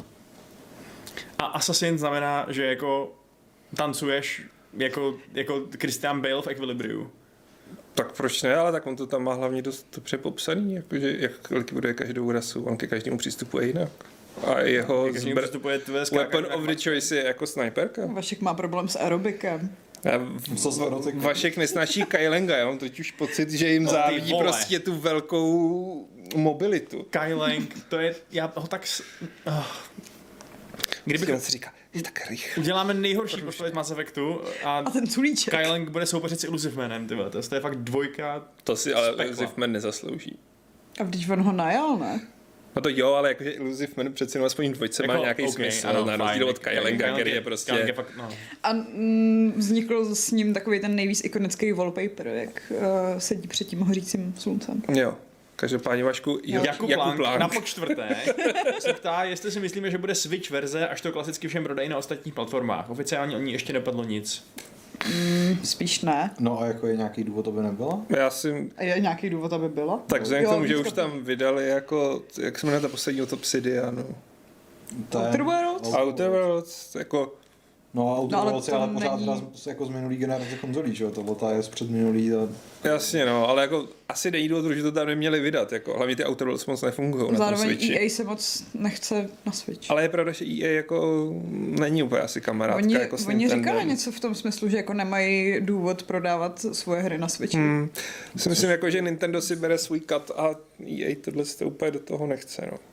A Assassin znamená, že jako tancuješ jako, jako Christian Bale v Equilibriu. Tak proč ne, ale tak on to tam má hlavně dost dobře popsaný, jakože jak likviduje každou rasu, on ke každému přistupuje jinak. A jeho Jak s ním zbr- přistupuje tvé weapon of the choice je jako sniperka. Vašek má problém s aerobikem. A Co s erotikou? Vašek nesnáší Kylenga, já mám totiž už pocit, že jim No, ty závidí vole. prostě tu velkou mobilitu. Kai Lang, to je, já ho tak... s- Oh. Kdyby Kdyby si říká, je tak rychle. uděláme nejhorší postavy z Mass Effectu a A ten culíček. Kai Lang bude soupeřit s Illusive Manem, ty vole, to je- to je fakt dvojka. To si ale Spekla. Illusive Man nezaslouží. A když on ho najal, ne? No to jo, ale jakože Illusive Man přece jenom aspoň v dvojce má nějaký OK, smysl, ano, na fajn. rozdíl od Kai- Kylenga, Kai Lang který je prostě... Kai Lang je fakt, no. A mm, vznikl s ním takový ten nejvíc ikonický wallpaper, jak uh, sedí před tím hořícím sluncem. Jo. Každopádně Vašku, jo, Jakub, Lang, na počtvrté se ptá, jestli si myslíme, že bude Switch verze, až to klasicky všem prodají na ostatních platformách. Oficiálně o ní ještě nepadlo nic. Mm, spíš ne. No a jako je nějaký důvod, aby nebyla? Já si... A je nějaký důvod, aby byla? Tak vzhledem k tomu, že víc už tam vydali jako, jak se jmenuje ta poslední od Obsidianu? Outer Worlds? Outer Worlds, jako... No a Outer No, ale Worlds je to ale pořád není- teda z- jako z minulý generace konzolí, že jo? Tohle ta je z předminulý a... Jasně no, ale jako asi nejde o to, že to tam neměli vydat, jako hlavně ty Outer Worlds moc nefungují na tom Zároveň Switchi. E A se moc nechce na Switch. Ale je pravda, že E A jako není úplně asi kamarádka Oni, jako s oni Nintendem. říkali něco v tom smyslu, že jako nemají důvod prodávat svoje hry na Switchi. Hmm. Si myslím, jako, že Nintendo si bere svůj cut a E A tohle to úplně do toho nechce. No.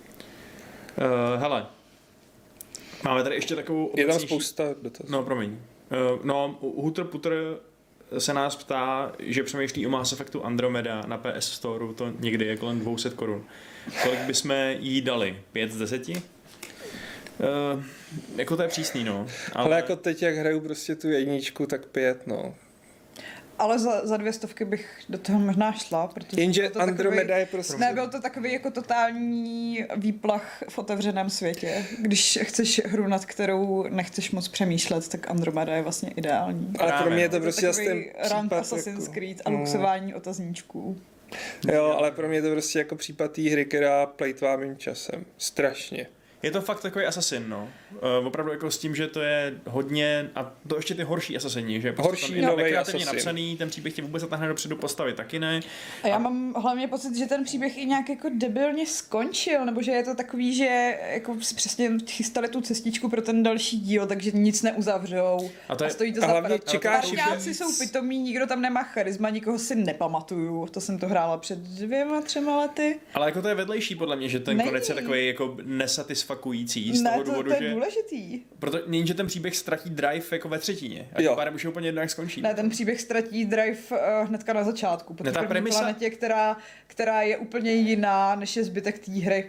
Uh, hele, máme tady ještě takovou Je tam obecnější- spousta dotazů. No, promiň. Uh, no, Hooter Putter se nás ptá, že přemýšlí o Mass Effectu Andromeda na P S Storeu, to někdy je kolem dvě stě korun. Kolik bychom jí dali? Pět z deseti? Uh, jako to je přísný, no. Ale, Ale jako teď, jak hraju prostě tu jedničku, tak pět, no. Ale za, za dvě stovky bych do toho možná šla, protože... Jenže byl to Andromeda takový, je prostě... Ne, byl to takový jako totální výplach v otevřeném světě. Když chceš hru, nad kterou nechceš moc přemýšlet, tak Andromeda je vlastně ideální. Ale pro mě je to Je to prostě asi ten takový rank případ Assassin's jako... Creed a luxování otazníčků. Jo, ale pro mě je to prostě jako případ té hry, která plejtvá mým časem. Strašně. je to fakt takový Assassin, no. Uh, opravdu jako s tím, že to je hodně, a to ještě ty horší Assassini, že prostě Horší, tam je to novej nekreativně Assassin. napsaný, ten příběh tě vůbec zatáhne dopředu postavy, taky ne. A já mám hlavně pocit, že ten příběh i nějak jako debilně skončil, nebo že je to takový, že jako si přesně chystali tu cestičku pro ten další díl, takže nic neuzavřou. A to je- a stojí to a za hlavně prd. čekáš, Parťáci že- jsou pitomí, nikdo tam nemá charisma, nikoho si nepamatuju. To jsem to hrála před dvěma, třema lety. Ale jako to je vedlejší podle mě, že ten Není. konec je takový jako nesatisfakující z Ne, toho to, důvodu, to je že... důležitý. Proto není, že ten příběh ztratí drive jako ve třetině. A tím Jo. pádem už je úplně jedno, jak skončí. Ne, ten příběh ztratí drive uh, hnedka na začátku, po té Ne, ta první premisa- planetě, která, která je úplně jiná, než je zbytek té hry.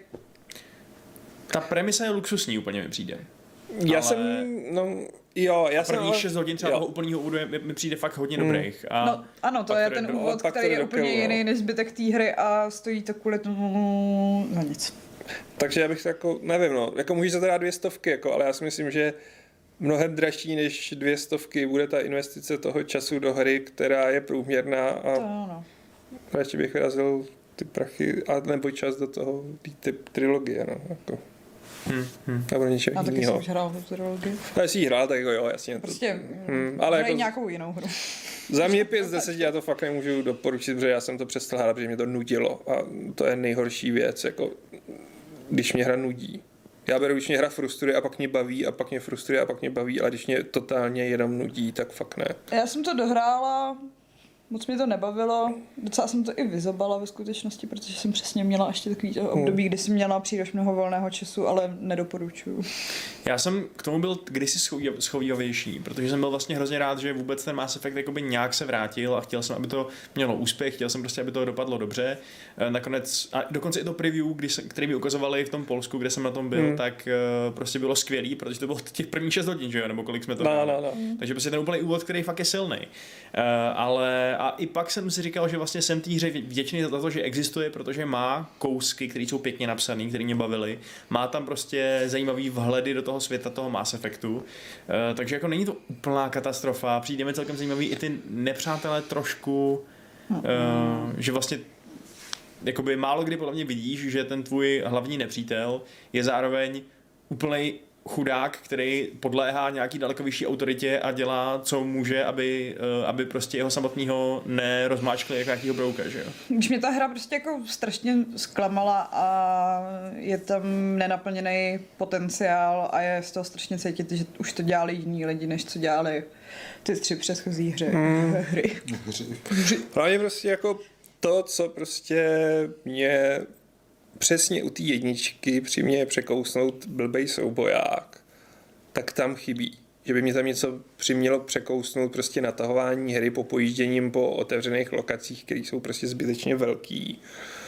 Ta premisa je luxusní, úplně mi přijde. Já Ale- jsem, no, jo, já jsem... Prvních ale- šest hodin třeba jo. toho úplného úvodu je- mi, mi přijde fakt hodně Mm. dobrých. A No, ano, to pak je to ten jde do- úvod, pak to který jde je do úplně kevu, jiný no. než zbytek té hry a stojí to kvůli tomu za nic. Takže já bych to jako, nevím, no, jako můžeš za to dát dvě stovky, jako, ale já si myslím, že mnohem dražší než dvě stovky bude ta investice toho času do hry, která je průměrná To a ano. radši bych vyrazil ty prachy a nebo čas do toho ty trilogie, no, jako, hm, hm. nebo něčeho Já taky jsem jiného. už hrál v trilogii. A jestli jí hrál, tak jako jo, jasně. To, Prostě Hmm, ale ale jako... jako- nějakou jinou hru. za mě pět z deseti já to fakt nemůžu doporučit, protože já jsem to přestal hrát, protože mě to nudilo a to je nejhorší věc, jako když mě hra nudí. Já beru, když mě hra frustruje a pak mě baví a pak mě frustruje a pak mě baví, ale když mě totálně jenom nudí, tak fakt ne. Já jsem to dohrála, moc mě to nebavilo, docela jsem to i vyzobala ve skutečnosti, protože jsem přesně měla ještě takový to období, kdy jsem měla příliš mnoho volného času, ale nedoporučuju. Já jsem k tomu byl kdysi schový- schovývavější, protože jsem byl vlastně hrozně rád, že vůbec ten Mass Effect jakoby nějak se vrátil a chtěl jsem, aby to mělo úspěch, chtěl jsem prostě, aby to dopadlo dobře. E, Nakonec, a dokonce i to preview, kdy se, který mi ukazovali v tom Polsku, kde jsem na tom byl, Hmm. tak e, prostě bylo skvělý, protože to bylo těch prvních šest hodin, že jo, nebo kolik jsme to No, hráli. no, no. Takže prostě ten úplný úvod, který fakt je silný. Uh, ale a i pak jsem si říkal, že vlastně jsem té hře vděčný za to, že existuje, protože má kousky, které jsou pěkně napsané, které mě bavily. Má tam prostě zajímavý vhledy do toho světa, toho Mass Effectu. Uh, takže jako není to úplná katastrofa. Přijde mi celkem zajímavý i ty nepřátelé trošku, uh, že vlastně jakoby málo kdy podle mě vidíš, že ten tvůj hlavní nepřítel je zároveň úplnej chudák, který podléhá nějaký daleko vyšší autoritě a dělá, co může, aby, eh, aby prostě jeho samotného nerozmáčkli jako nějakýho brouka, že jo? Když mě ta hra prostě jako strašně zklamala a je tam nenaplněný potenciál a je z toho strašně cítit, že už to dělali jiní lidi, než co dělali ty tři předchozí hře, Hmm. hry. Hlavně prostě jako to, co prostě mě přesně u té jedničky při mě překousnout blbej souboják, tak tam chybí. Že by mě tam něco přimělo překousnout prostě natahování hry po pojížděním po otevřených lokacích, které jsou prostě zbytečně velký.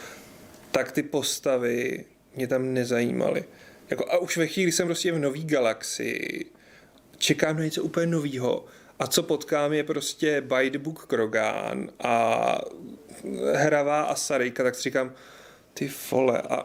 Tak ty postavy mě tam nezajímaly. Jako, a už ve chvíli, kdy jsem prostě v nový galaxii, čekám na něco úplně novýho. A co potkám je prostě by the book Krogan a hravá Asarejka, tak si říkám, ty vole, a, a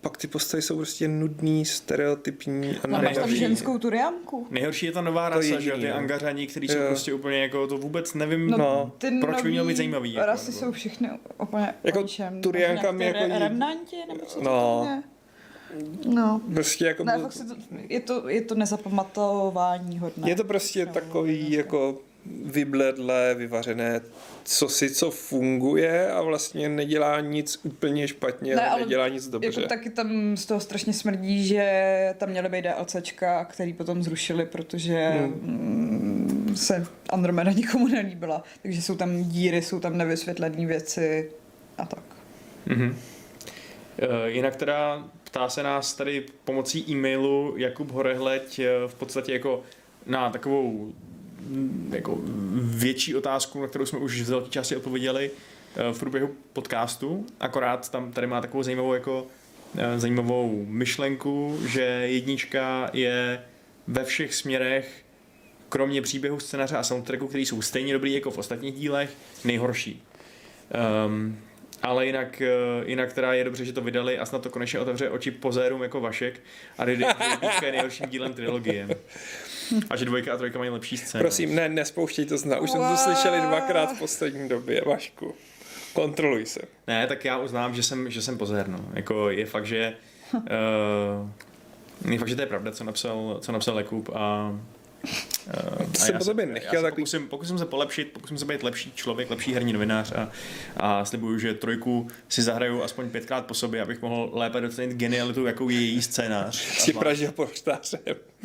pak ty postavy jsou prostě nudný, stereotypní a No, máš tam nejhorší. ženskou turianku. Nejhorší je ta nová To rasa, jediný, že jo, ty jo. angařani, kteří jsou Jo. prostě úplně jako, to vůbec nevím, No, No. ty proč by měl být nový zajímavý. jako, rasy nebo- jsou všechny úplně Jako o ničem. Turianka mi Nějaké jako- Remnanti, nebo co to No. tam je? No. Prostě jako Ne, fakt si to, je, to, je to nezapamatování hodné. je to prostě takový jako vybledlé, vyvařené, co si co funguje a vlastně nedělá nic úplně špatně, Ne, ale ale nedělá nic dobře. Jako taky tam z toho strašně smrdí, že tam měly být DLCčka, který potom zrušili, protože hmm. se Andromeda nikomu nelíbila. Takže jsou tam díry, jsou tam nevysvětlené věci a tak. Mhm. E, jinak teda ptá se nás tady pomocí e-mailu Jakub Horehleď e, v podstatě jako na takovou mm, jako větší otázku, na kterou jsme už z velké části odpověděli e, v průběhu podcastu, akorát tam tady má takovou zajímavou jako e, zajímavou myšlenku, že jednička je ve všech směrech kromě příběhu, scénáře a soundtracku, který jsou stejně dobrý jako v ostatních dílech, nejhorší. Um, ale jinak, uh, jinak teda je dobře, že to vydali a snad to konečně otevře oči pozérům jako Vašek a jednička je nejhorším dílem trilogie. A že dvojka a trojka mají lepší scénu. Prosím, ne, nespouštěj to zna. Už jsme to slyšeli dvakrát v poslední době, Vašku. Kontroluj se. Ne, tak já uznám, že jsem, že jsem pozér, no. Jako je fakt, že uh, je fakt, že to je pravda, co napsal, co napsal Jakub a Uh, To jsem po tobě nechtěl takový... Pokusím, pokusím se polepšit, pokusím se být lepší člověk, lepší herní novinář a, a slibuju, že trojku si zahraju aspoň pětkrát po sobě, abych mohl lépe docenit genialitu, jakou je její scénář. Si pražil poštářem.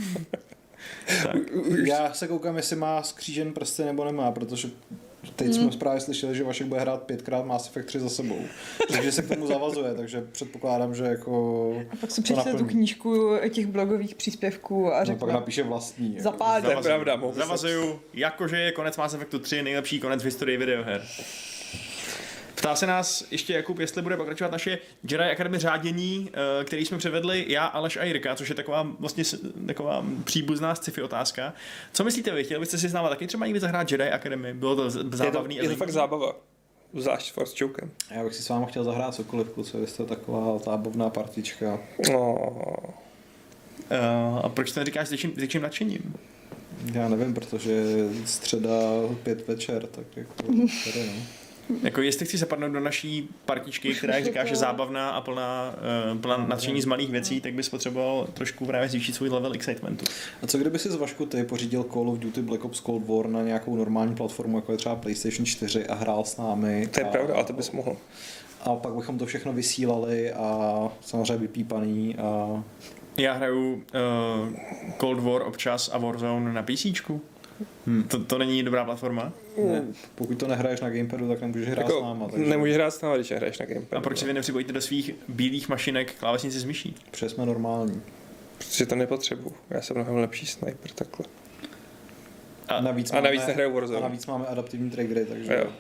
Já se koukám, jestli má skřížen prsty nebo nemá, protože teď jsme právě slyšeli, že Vašek bude hrát pětkrát Mass Effect tři za sebou. Takže se k tomu zavazuje, takže předpokládám, že jako... A pak si přečte tu knížku těch blogových příspěvků a no, řekne... pak napíše vlastní. Jako. Zapálí. To je pravda, mohu se- Zavazuju, jakože je konec Mass Effectu tři nejlepší konec v historii videoher. Ptá se nás ještě Jakub, jestli bude pokračovat naše Jedi Academy řádění, který jsme převedli já, Aleš a Jirka, což je taková vlastně taková příbuzná sci-fi otázka. Co myslíte vy? Chtěli byste si s náma taky třeba někdy zahrát Jedi Academy? Bylo to zábavný? Je to, je to fakt zábava. Zvlášť s Force Chokem. Já bych si s váma chtěl zahrát cokoliv, kluci, vy jste taková zábavná partička. No. Uh, a proč to neříkáš s větším, s větším nadšením? Já nevím, protože je středa pět večer, tak jako tady no. Jako jestli chci zapadnout do naší partičky, která jak říkáš, je zábavná a plná, uh, plná nadšení z malých věcí, tak bys potřeboval trošku právě zvýšit svůj level excitementu. A co kdyby si z Vašku ty pořídil Call of Duty Black Ops Cold War na nějakou normální platformu, jako je třeba PlayStation čtyři a hrál s námi? To je a, pravda, ale to bys mohl. A pak bychom to všechno vysílali a samozřejmě vypípaný a... Já hraju uh, Cold War občas a Warzone na PCčku. Hmm. To, to není dobrá platforma? Ne, pokud to nehraješ na gamepadu, tak nemůžeš hrát Jako, s náma. Takže... Nemůžeš hrát s náma, když hraješ na gamepadu. A proč si vy nepřipojíte do svých bílých mašinek klávesnici s myší? Protože jsme normální. Protože to nepotřebuji. Já jsem mnohem lepší sniper takhle. A navíc, A navíc máme, nehraju Warzone. a navíc máme adaptivní triggery, takže... Jo.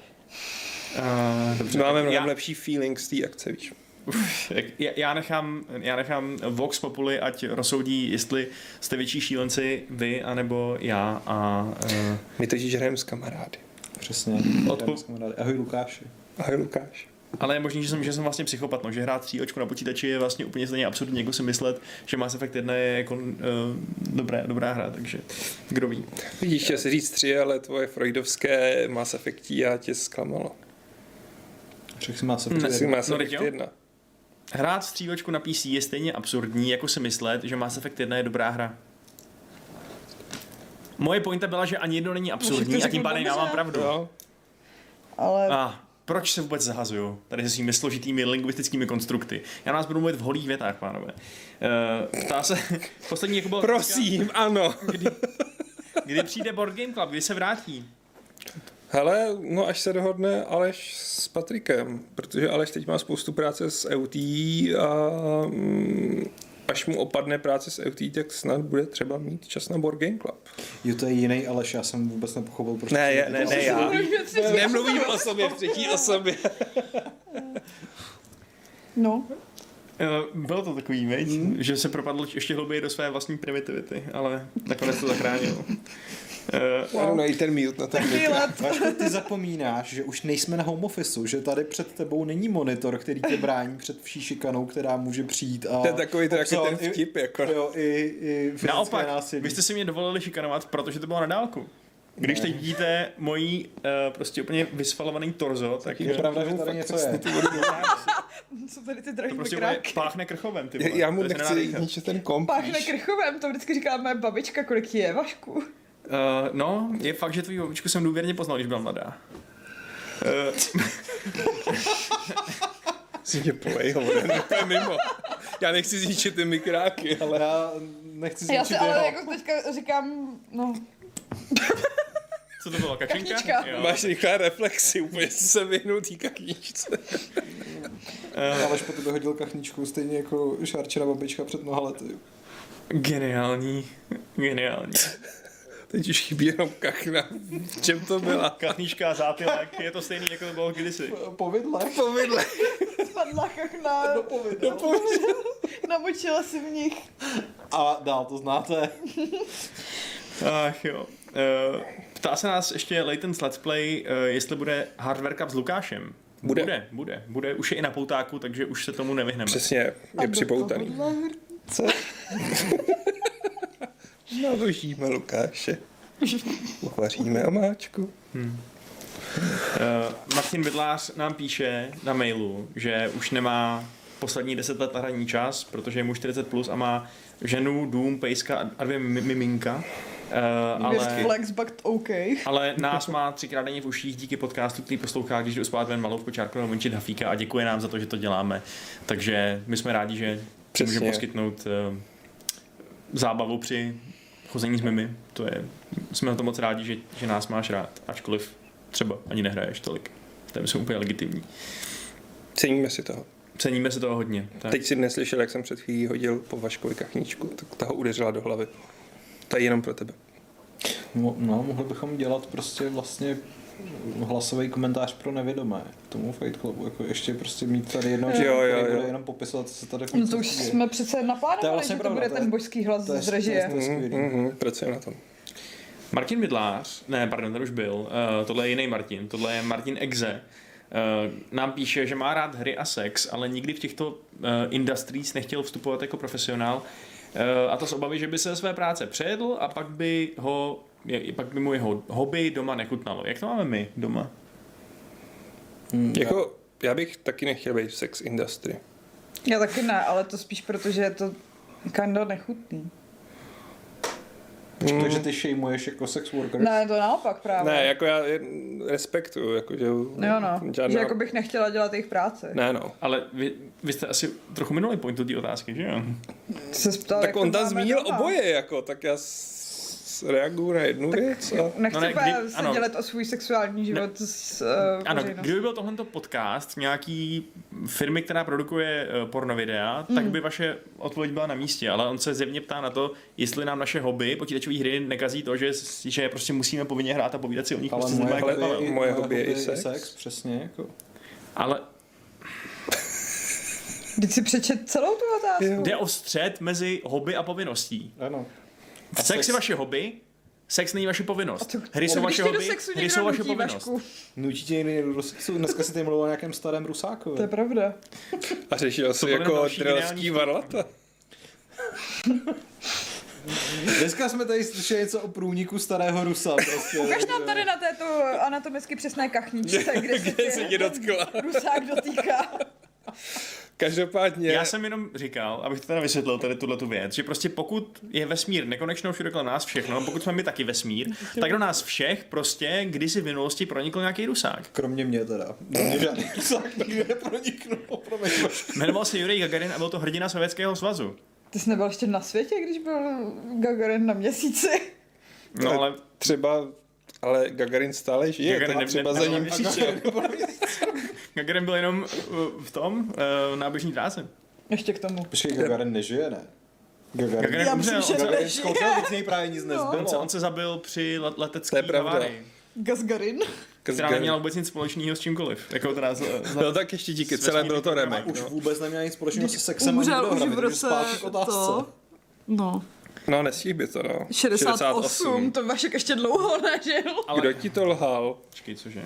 Uh, dobře, Máme mnohem já, lepší feeling z té akce, víš. uf, já, já, nechám, já nechám Vox Populi, ať rozsoudí, jestli jste větší šílenci vy, anebo já. A, uh, My totiž hrajeme s kamarády. Přesně. Odpo- Ahoj Lukáši. Ahoj Lukáš. ale je možný, že jsem, že jsem vlastně psychopat, no, že hrát tří očku na počítači je vlastně úplně stejně absurdní, jako si myslet, že Mass Effect jedna je jako uh, dobrá, dobrá hra, takže kdo ví. Vidíš, chtěl si říct tři, ale tvoje freudovské Mass Effectí a tě zklamalo. Řekl si Mass Ne, Effect Jsi jedna. Mass no, Effect teď jo. jedna. Hrát střílečku na P C je stejně absurdní, jako si myslet, že Mass Effect jedna je dobrá hra. Moje pointa byla, že ani jedno není absurdní to a tím řekl pádem já dobře. mám pravdu. Jo. Ale A proč se vůbec zahazuju tady se svými složitými lingvistickými konstrukty? Já nás budu mluvit v holých větách, pánové. Uh, ptá se, poslední jako bylo... Prosím, ano. Kdy, kdy přijde Board Game Club, kdy se vrátí? Hele, no až se dohodne Aleš s Patrikem, protože Aleš teď má spoustu práce s E U T a mm, až mu opadne práce s E U T, tak snad bude třeba mít čas na Board Game Club. Jo, to je jiný Aleš, já jsem vůbec nepochopil, proč... Ne, je, ne, ne, já. já. Nemluvím o sobě v třetí osobě. No, Uh, bylo to takový, veď? Mm. Že se propadl ještě hlouběji do své vlastní primitivity, ale nakonec to zachránil. Uh, ano, najít ten mute na ten mute. Vašku, ty zapomínáš, že už nejsme na home officeu, že tady před tebou není monitor, který tě brání před vší šikanou, která může přijít a... To je takový to jako ten vtip, i, jako. Jo, i, i fyzické Naopak, násilí. vy jste si mě dovolili šikanovat, protože to bylo na dálku. Když teď vidíte mojí uh, prostě úplně vysfalovaný torzo, tak Je pravda, že tady něco je. Co tady ty drahý to prostě mikráky? páchne krchovem, ty vole. Já, já mu To se nedá nechci dýchat. ničit ten komp. Páchne krchovem, to vždycky říká moje babička, kolik ti je, Vašku. Uh, no, je fakt, že tvou babičku jsem důvěrně poznal, když byla mladá. Uh, Si mě polej, hovore, to je mimo. Já nechci zničit ty mikráky, ale... Já nechci Já zničit si ale jeho. jako teďka říkám, no, co to bylo, kačenka? Kachnička. Jo. Máš rychlé reflexy, úplně si se vyhnul tý kachničce. Uh, Aleš po tebe hodil kachničku, stejně jako Šárčina babička před mnoha lety. geniální, geniální. Teď už chybí jenom kachna. V čem to byla? Kachnička, zátylek, je to stejný, jako to bylo kdysi. Povidle. Povidle. spadla kachna, Do povidle. namočila si v nich. A dál to znáte. Ach jo. Uh, ptá se nás ještě Layton's Let's Play, uh, jestli bude Hardware Cup s Lukášem. Bude. Bude, bude, bude. Už je i na poutáku, takže už se tomu nevyhneme. Přesně, je připoutaný. Co? Naložíme Lukáše. Uvaříme omáčku. Hmm. Uh, Martin Vidlář nám píše na mailu, že už nemá poslední deset let na hraní čas, protože je mu čtyřicet plus a má ženu, dům, pejska a dvě miminka. Uh, ale, Flex, but OK. ale nás má třikrát denně v uších díky podcastu, který poslouchá, když jdu spát ven malou kočárku nebo menčit hafíka a děkuje nám za to, že to děláme. Takže my jsme rádi, že můžeme poskytnout uh, zábavu při chození s mimi. To je, jsme na to moc rádi, že, že nás máš rád, ačkoliv třeba ani nehraješ tolik. To je myslím úplně legitimní. Ceníme si toho. Ceníme si toho hodně. Tak. Teď si neslyšel, jak jsem před chvílí hodil po Vaškovi kachničku, tak ta ho udeřila do hlavy. To je jenom pro tebe. No, no, mohli bychom dělat prostě vlastně hlasový komentář pro nevědomé k tomu Fight Clubu, jako ještě prostě mít tady jednou, Jo, jo, který jo. bude jenom popisovat, co se tady No to už jsme přece naplánovali, To je vlastně že to pravda, bude to je- ten božský hlas to je- z režie. to je- skvělý. Mm-hmm, pracuje na tom. Martin Vidlář, ne, pardon, ten už byl, uh, tohle je jiný Martin, tohle je Martin Exe, uh, nám píše, že má rád hry a sex, ale nikdy v těchto uh, industries nechtěl vstupovat jako profesionál, uh, a to z obavy, že by se své práce přejedl a pak by ho, je, pak by mu jeho hobby doma nechutnalo. Jak to máme my doma? Hmm, Jako, já bych taky nechtěl být v sex industry. Já taky ne, ale to spíš proto, že je to kinda nechutný. Počkej, že ty šejmuješ jako sex worker. Ne, to naopak právě. Ne, jako já je- respektuju, jako, že... No, no, žádná... že jako bych nechtěla dělat jejich práci. Ne, no. Ale vy, vy jste asi trochu minuli pointu té otázky, že jo? Ty se ptal, Tak jak on to tam máme zmínil doma. oboje, jako, tak já s... reaguju na jednu věc a... Nechci No ne, úplně kdy- se ano. dělat o svůj sexuální život s uh, Ano, veřejností. kdyby byl tohle podcast nějaký firmy, která produkuje uh, pornovidea, mm. tak by vaše odpověď byla na místě, ale on se zjevně ptá na to, jestli nám naše hobby, počítačové hry, nekazí to, že, že prostě musíme povinně hrát a povídat si o nich. Ale prostě moje, jako hobby, nepalem. je, i- moje hobby je i sex. sex. Přesně, jako. Ale Vždyť si přečet celou tu otázku. Jo. jde o střed mezi hobby a povinností. Ano. A Sex je vaše hobby, sex není vaše povinnost. to- Hry jsou Když vaše tě do hobby, sexu hry někdo jsou vaše nutí, povinnost. Vašku. Nutí tě někdo do sexu. Dneska si tady mluvil o nějakém starém Rusákovi. To je pravda. A řešil si bude jako další drelský geniální varlata. Dneska jsme tady slyšeli něco o průniku starého Rusa. Prostě, Ukaž nám tady na této anatomicky přesné kachničce, kde se Kde se tě tě dotkla. Rusák dotýká. Každopádně... Já jsem jenom říkal, abych to teda vysvětlil tady tuhle tu věc, že prostě pokud je vesmír nekonečnou všude kolem nás všechno, pokud jsme my taky vesmír, tak do nás všech prostě kdysi v minulosti pronikl nějaký Rusák. Kromě mě teda. Do mě žádný Rusák nikdy neproniknul. Promiň. Jmenoval se Jurij Gagarin a byl to hrdina Sovětského svazu. Ty jsi nebyl ještě na světě, když byl Gagarin na měsíci? No ale Třeba... Ale Gagarin stále žije, Gagarin to ne- třeba ne- za ne- ním ne- přišel. Gagarin byl jenom uh, v tom uh, náběžní dráze. Ještě k tomu. Počkej, Gagarin nežije, ne? Gagarin. Gagarin Já myslím, umřel. že Gagarin nežije. zkoušel, teď z něj právě nic No. nezbylo. On se, on se zabil při let, To letecké je pravda. havárii, Gasgarin? která neměla vůbec nic společného s čímkoliv. Jako teda z, z, No tak ještě díky, s celé bylo to vesmírným remek. Už no. vůbec neměl nic společného se sexem ani Umřel už videohrami, v takže roce zpátky k otázce. to. No. No, nestihl by to, no. šedesát osm, to Vašek ještě dlouho nežil. Ale... Kdo ti to lhal? Počkej, cože?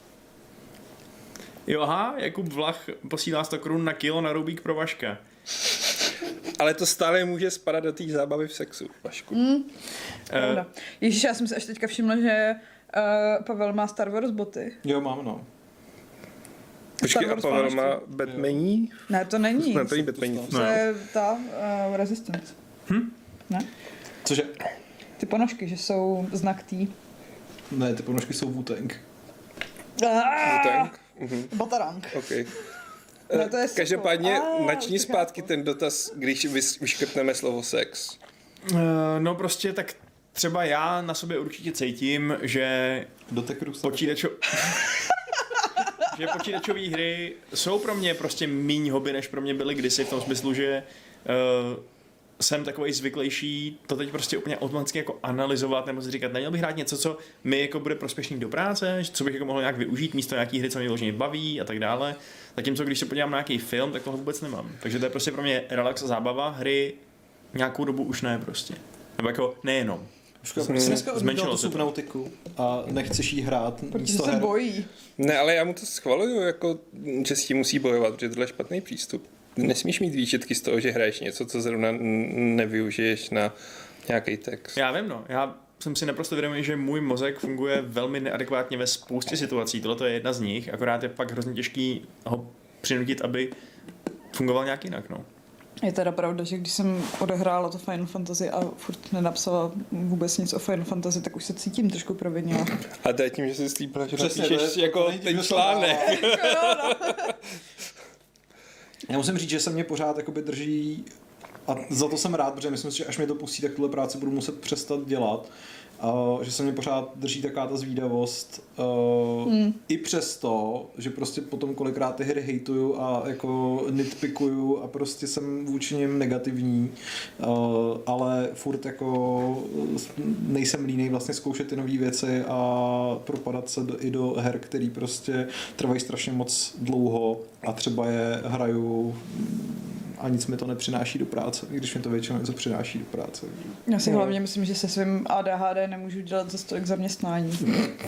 Jo, aha, Jakub Vlach posílá sto korun na kilo na roubík pro Vaška. Ale to stále může spadat do té zábavy v sexu, Vašku. Mm. Uh, Ježíš, já jsem si až teďka všimla, že uh, Pavel má Star Wars boty. Jo, mám, no. Počkej, a Pavel má Batmaní? Ne, to není. Ne, to není Batmaní. To je ta uh, Resistance. Hm? Ne? Cože? Ty ponožky, že jsou znak tý. Ne, ty ponožky jsou Wu-Tang. Wu-Tang? Mhm. Batarang. Okay. Ne, to je Každopádně ah, načni zpátky ten dotaz, když vyškrtneme slovo sex. Uh, no prostě tak třeba já na sobě určitě cítím, že počítačo... že počítačové hry jsou pro mě prostě míň hobby, než pro mě byly kdysi, v tom smyslu, že uh, jsem takovej zvyklejší to teď prostě úplně automaticky jako analyzovat, nebo si říkat, neměl bych hrát něco, co mi jako bude prospěšný do práce, co bych jako mohl nějak využít místo nějaký hry, co mě vloženě baví a tak dále. Zatímco když se podívám na nějaký film, tak toho vůbec nemám. Takže to je prostě pro mě relax a zábava, hry nějakou dobu už ne prostě. Nebo jako nejenom. Počkej, jsi dneska odmítal tu Subnautiku a nechceš jí hrát. Protože se her. bojí. Ne, ale já mu to schvaluju, jako, že s tím musí bojovat, protože tohle je špatný přístup. Nesmíš mít výčitky z toho, že hraješ něco, co zrovna nevyužiješ na nějaký text. Já vím, no. Já jsem si naprosto vědomý, že můj mozek funguje velmi neadekvátně ve spoustě situací. Tohle je jedna z nich, akorát je pak hrozně těžký ho přinutit, aby fungoval nějak jinak, no. Je teda pravda, že když jsem odehrála to Final Fantasy a furt nenapsala vůbec nic o Final Fantasy, tak už se cítím trošku provinila. A to je tím, že jsi slípila, že napíšeš jako ten článek. Já musím říct, že se mě pořád jakoby drží, a za to jsem rád, protože myslím si, že až mě to pustí, tak tuhle práci budu muset přestat dělat. Uh, že se mě pořád drží taková ta zvídavost uh, hmm. i přesto, že prostě potom kolikrát ty hry hejtuju a jako nitpikuju a prostě jsem vůči něm negativní, uh, ale furt jako nejsem línej vlastně zkoušet ty nové věci a propadat se do, i do her, který prostě trvají strašně moc dlouho a třeba je hraju a nic mi to nepřináší do práce, i když mi to většinou něco přináší do práce. Já si no. hlavně myslím, že se svým A D H D nemůžu dělat za stolik zaměstnání.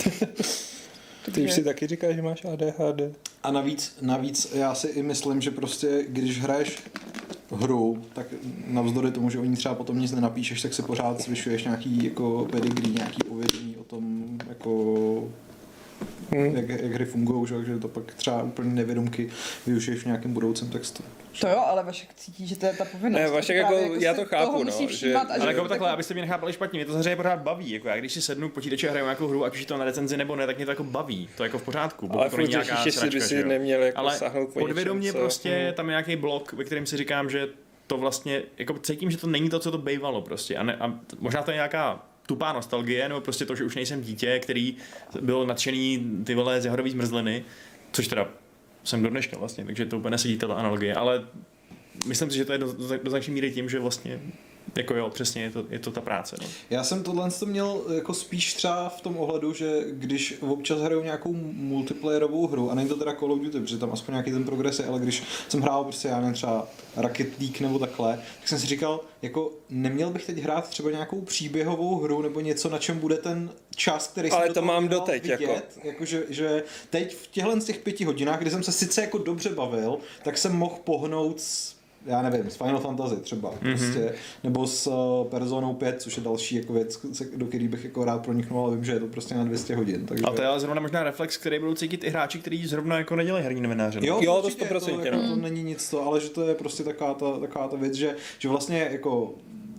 Ty už si taky říkáš, že máš A D H D. A navíc, navíc já si i myslím, že prostě když hraješ hru, tak navzdory tomu, že o ní třeba potom nic nenapíšeš, tak si pořád zvyšuješ nějaký jako pedigree, nějaký povědomí o tom, jako Hmm. Jak, jak hry fungují, že to pak třeba úplně nevědomky využiješ v nějakém budoucím textu. To jo, ale Vašek cítí, že to je ta povinnost. Ne, Vašek jako, jako já to chápu, no. Že, ale jako takhle, abyste mě nechápali špatně, mě to samozřejmě pořád baví. Jako já když si sednu k počítači a hraju nějakou hru, ať už to na recenzi nebo ne, tak mě to jako baví. To je jako v pořádku. Ale furt řešíš, jestli by si neměl jako ale sáhnout po podvědomě co? prostě hmm. tam je nějaký blok, ve kterém si říkám, že to vlastně, jako cítím, že to není to, co to bývalo prostě. A, ne, a možná to je nějaká tupá nostalgie, nebo prostě to, že už nejsem dítě, který byl nadšený ty vole z jahodový zmrzliny, což teda jsem do dneška vlastně, takže to úplně nesedí ta analogie, ale myslím si, že to je do, do, do značné míry tím, že vlastně jako jo, přesně je to, je to ta práce. No. Já jsem tohle měl jako spíš třeba v tom ohledu, že když občas hraju nějakou multiplayerovou hru, a není to teda Call of Duty, protože tam aspoň nějaký ten progres je, ale když jsem hrál prostě, já nevím, třeba Rocket League nebo takhle, tak jsem si říkal, jako neměl bych teď hrát třeba nějakou příběhovou hru nebo něco, na čem bude ten čas, který jsem ale do to toho mám doteď, vidět, jako. jako že, že teď v těchhle z těch pěti hodinách, kdy jsem se sice jako dobře bavil, tak jsem mohl pohnout s já nevím, s Final Fantasy třeba, mm-hmm. prostě, nebo s uh, Personou pět, což je další jako věc, do který bych jako rád proniknul, ale vím, že je to prostě na dvě stě hodin. Takže... A to je ale zrovna možná reflex, který budou cítit i hráči, kteří zrovna jako nedělají herní novináře. Jo, jo, to sto procent. To, jako, to není nic to, ale že to je prostě taková ta, taková ta věc, že, že vlastně jako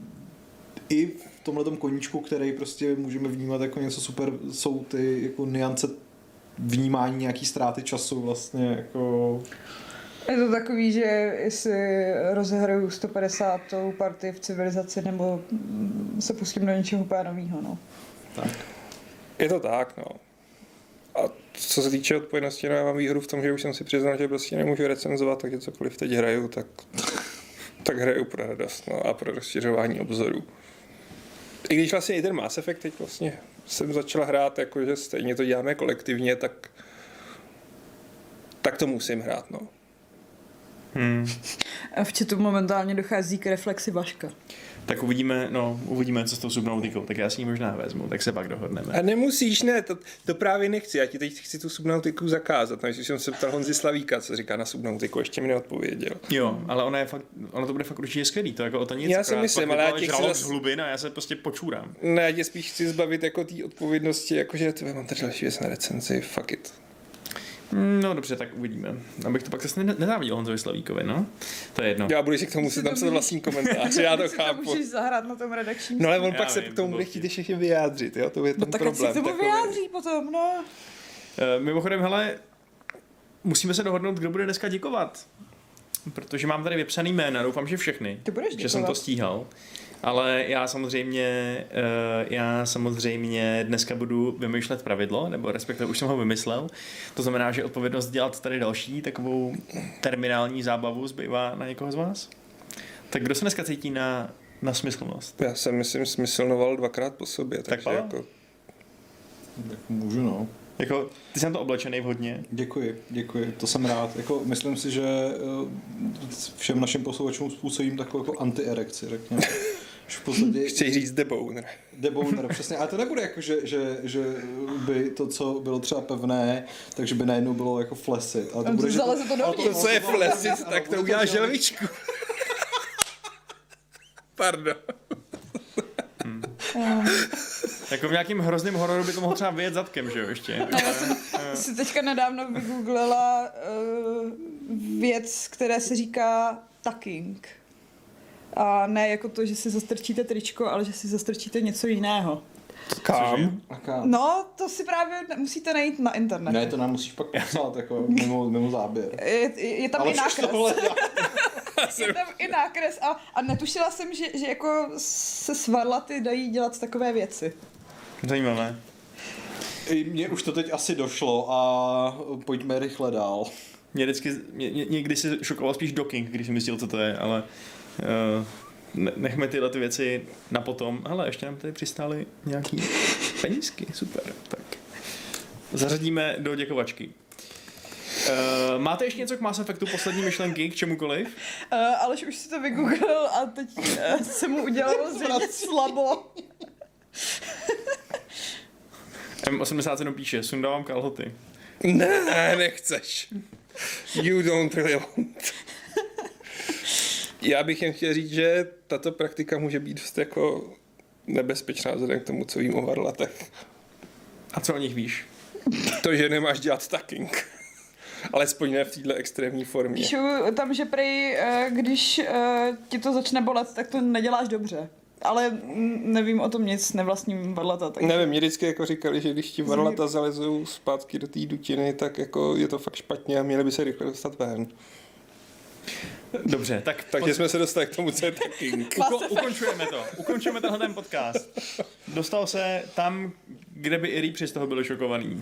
i v tomhletom koníčku, který prostě můžeme vnímat jako něco super, jsou ty jako niance vnímání nějaký ztráty času vlastně jako... Je to takový, že jestli rozehraju sto padesátou partii v civilizaci nebo se pustím do něčeho úplně novýho, no. Tak. Je to tak, no. A co se týče odpovědnosti, no, já mám výhru v tom, že už jsem si přiznal, že prostě nemůžu recenzovat, takže cokoliv teď hraju, tak, tak hraju pro radost, no, a pro rozšiřování obzorů. I když vlastně i ten Mass Effect teď vlastně jsem začal hrát, jakože stejně to děláme kolektivně, tak tak to musím hrát, no. Hmm. V chatu momentálně dochází k reflexi Vaška. Tak uvidíme, no, uvidíme, co s tou Subnautikou, tak já si ji možná vezmu, tak se pak dohodneme. A nemusíš, ne, to, to právě nechci, já ti teď chci tu Subnautiku zakázat, takže jsem se ptal Honzi Slavíka, co říká na Subnautiku, ještě mi neodpověděl. Jo, ale ona je fakt, ono to bude fakt určitě skvělý, to jako o to nic. Já si myslím, ale já těch žralok zas... z hlubin a já se prostě počůrám. Ne, já tě spíš chci zbavit jako té odpovědnosti, jakože to mám tady další věc na recenzi, fuck it. No dobře, tak uvidíme. Abych to pak zase nenáviděl Honzovi Slavíkovi, no. To je jedno. Já budu si k tomu si tam psat vlastní komentář, já to chápu. To můžeš zahrát na tom redakčním. No ale on Já pak se vím, k tomu to bude bylo chtít ještě všechny vyjádřit, jo, to je ten No tak problém. ať si k tomu takový. vyjádří potom, no. Uh, mimochodem, hele, musíme se dohodnout, kdo bude dneska děkovat. Protože mám tady vypsaný jména, doufám, že všechny. Ty budeš že jsem to děkovat. stíhal. Ale já samozřejmě, uh, já samozřejmě dneska budu vymýšlet pravidlo, nebo respektive už jsem ho vymyslel. To znamená, že odpovědnost dělat tady další takovou terminální zábavu zbývá na někoho z vás. Tak kdo se dneska cítí na, na smyslnost? Já jsem, myslím, smyslnoval dvakrát po sobě, takže Pavel? jako... Tak můžu, no. Jako, ty jsi na to oblečený vhodně. Děkuji, děkuji, to jsem rád. Jako, myslím si, že eh, všem našim posluchačům způsobím takovou jako anti-erekci, řekněme. V podstatě Chci říct debouner. debouner, přesně. Ale to nebude jako, že, že, že by to, co bylo třeba pevné, takže by najednou bylo jako flaccid. Ale to No, bude, že zaleze to ale dovnitř. To, co je ale flaccid, ale tak to bude udělá želvička. želvičku. Pardon. Jako v nějakým hrozným hororu by to mohlo třeba vyjet zadkem, že jo, ještě. Ne, já jsem si teďka nedávno vygooglila uh, věc, která se říká tucking. A ne jako to, že si zastrčíte tričko, ale že si zastrčíte něco jiného. Kam? A kam? No, to si právě musíte najít na internetu. Ne, to nám musíš pak popsat, jako mimo, mimo záběr. Je, je tam Ale i nákres. tohle, Je tam i nákres a, a netušila jsem, že, že jako se svarlaty dají dělat takové věci. Zajímavé. mně už to teď asi došlo a pojďme rychle dál. Mě vždycky, mě, mě, někdy si šokoval spíš docking, když jsem myslel, co to je, ale uh, ne, nechme tyhle ty věci na potom. Ale ještě nám tady přistály nějaký penízky, super. Tak zařadíme do děkovačky. Uh, máte ještě něco k Mass Effectu, poslední myšlenky, k čemukoliv? Uh, Aleš už si to vygooglil a teď uh, se mu udělalo zřejmě slabo. M osmdesát sedm píše, sundávám kalhoty. Ne, nechceš. You don't really want. Já bych jen chtěl říct, že tato praktika může být dost jako nebezpečná vzhledem k tomu, co vím o varlatech. A co o nich víš? To, že nemáš dělat tucking. Alespoň ne v této extrémní formě. Píšu tam, že prej, uh, když uh, ti to začne bolet, tak to neděláš dobře. Ale mm, nevím o tom nic, nevlastním varlata. Takže... Nevím, mě vždycky jako říkali, že když ti varlata zalezou zpátky do té dutiny, tak jako je to fakt špatně a měli by se rychle dostat ven. Dobře, tak Takže jsme se dostali k tomu, co je tucking. Uko- ukončujeme to. Ukončujeme tenhle ten podcast. Dostal se tam, kde by i Reapři z toho byli šokovaný.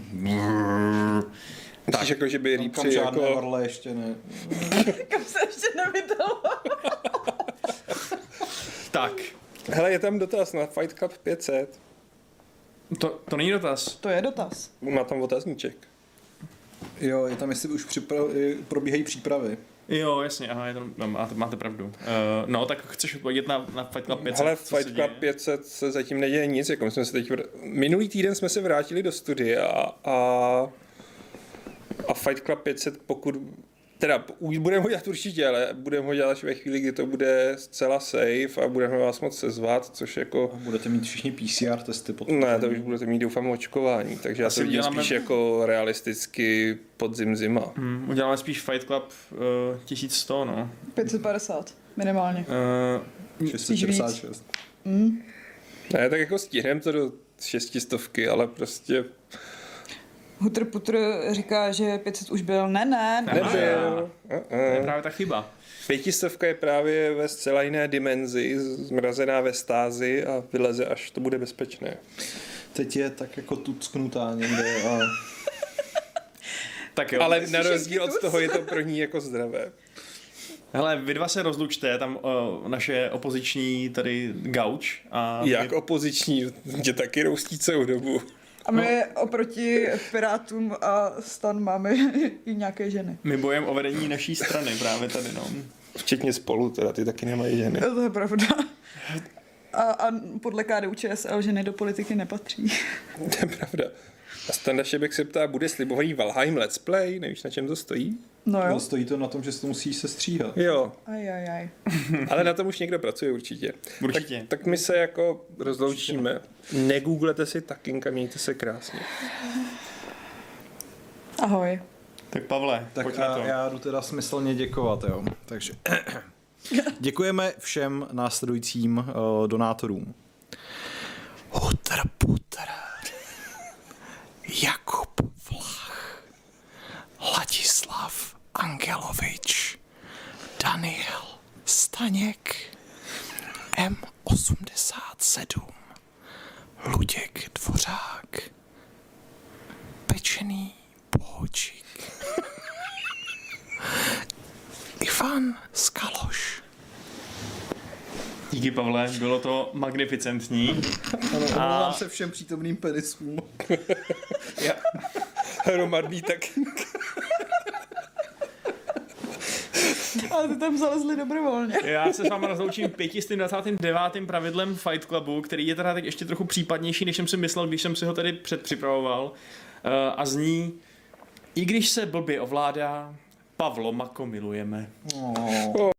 Tak jako, že by Tam rýpři žádné jako... varle ještě ne. Kam se ještě nevydalo. Tak, Hele, je tam dotaz na Fight Club pět set. to, to není dotaz. To je dotaz. Má tam otazníček. Jo, je tam, jestli už připra- probíhají přípravy. Jo, jasně, aha, je to, no, máte, máte pravdu. Uh, no, tak chceš odpovědět na, na Fight Club pět set? Hele, co se Fight Club děje? pět set se zatím neděje nic. Jako my jsme se teď vr... Minulý týden jsme se vrátili do studia a, a Fight Club pět set, pokud... Teda už budeme ho dělat určitě, ale budeme ho dělat až ve chvíli, kdy to bude zcela safe a budeme vás moc sezvat, což jako... Budete mít všichni P C R testy potom. Ne, to už budete mít doufám očkování, takže já Asi to vidím uděláme- spíš jako realisticky podzim zima. Hmm, uděláme spíš Fight Club uh, tisíc sto, no. pět set padesát, minimálně. Uh, šest set šedesát šest. Mm. Ne, tak jako stihneme to do šestistovky, ale prostě Hutr Putr říká, že pět set už byl. Ne, ne, ne. Nebyl. nebyl. to je Uh-uh. právě ta chyba. Pětistovka je právě ve zcela jiné dimenzi, zmrazená ve stázi a vyleze, až to bude bezpečné. Teď je tak jako tucknutá někde a... Tak jo. Ale Myslíš, na že rozdíl od kytus? toho je to pro ní jako zdravé. Hele, vy dva se rozlučte, tam uh, naše opoziční tady gauč. A Jak opoziční, tě taky roustí celou dobu. A my no. oproti Pirátům a STAN máme i nějaké ženy. My bojem o vedení naší strany právě tady, no. Včetně Spolu, teda ty taky nemají ženy. To je pravda. A, a podle K D U Č S L ženy do politiky nepatří. To je pravda. A Standa Šebek se ptá, bude slibovaný Valheim Let's Play? Nevíš, na čem to stojí? No jo. No, stojí to na tom, že se to musí sestříhat. Jo. Aj, aj, aj. Ale na tom už někdo pracuje určitě. Určitě. Tak, tak my se jako rozloučíme. Negooglete si Takinka, mějte se krásně. Ahoj. Tak Pavle, Tak pojď na to. já jdu teda smyslně děkovat, jo. Takže děkujeme všem následujícím uh, donátorům. Hutr Putr, Jakub Vlach, Ladislav Angelovič, Daniel Staněk, M osmdesát sedm, Luděk Dvořák, Pečený Bohočík, Ivan Skaloš. Díky Pavle, bylo to magnificentní. Ano, omlouvám se všem přítomným penisům. Já, Hromadný Takinka. Ale ty tam zalezli dobrovolně. já se s váma rozloučím pětistým dvacátým devátým pravidlem Fight Clubu, který je teda teď ještě trochu případnější, než jsem si myslel, když jsem si ho tady předpřipravoval. Uh, a zní, i když se blbě ovládá, Pavlo Mako milujeme. Oh.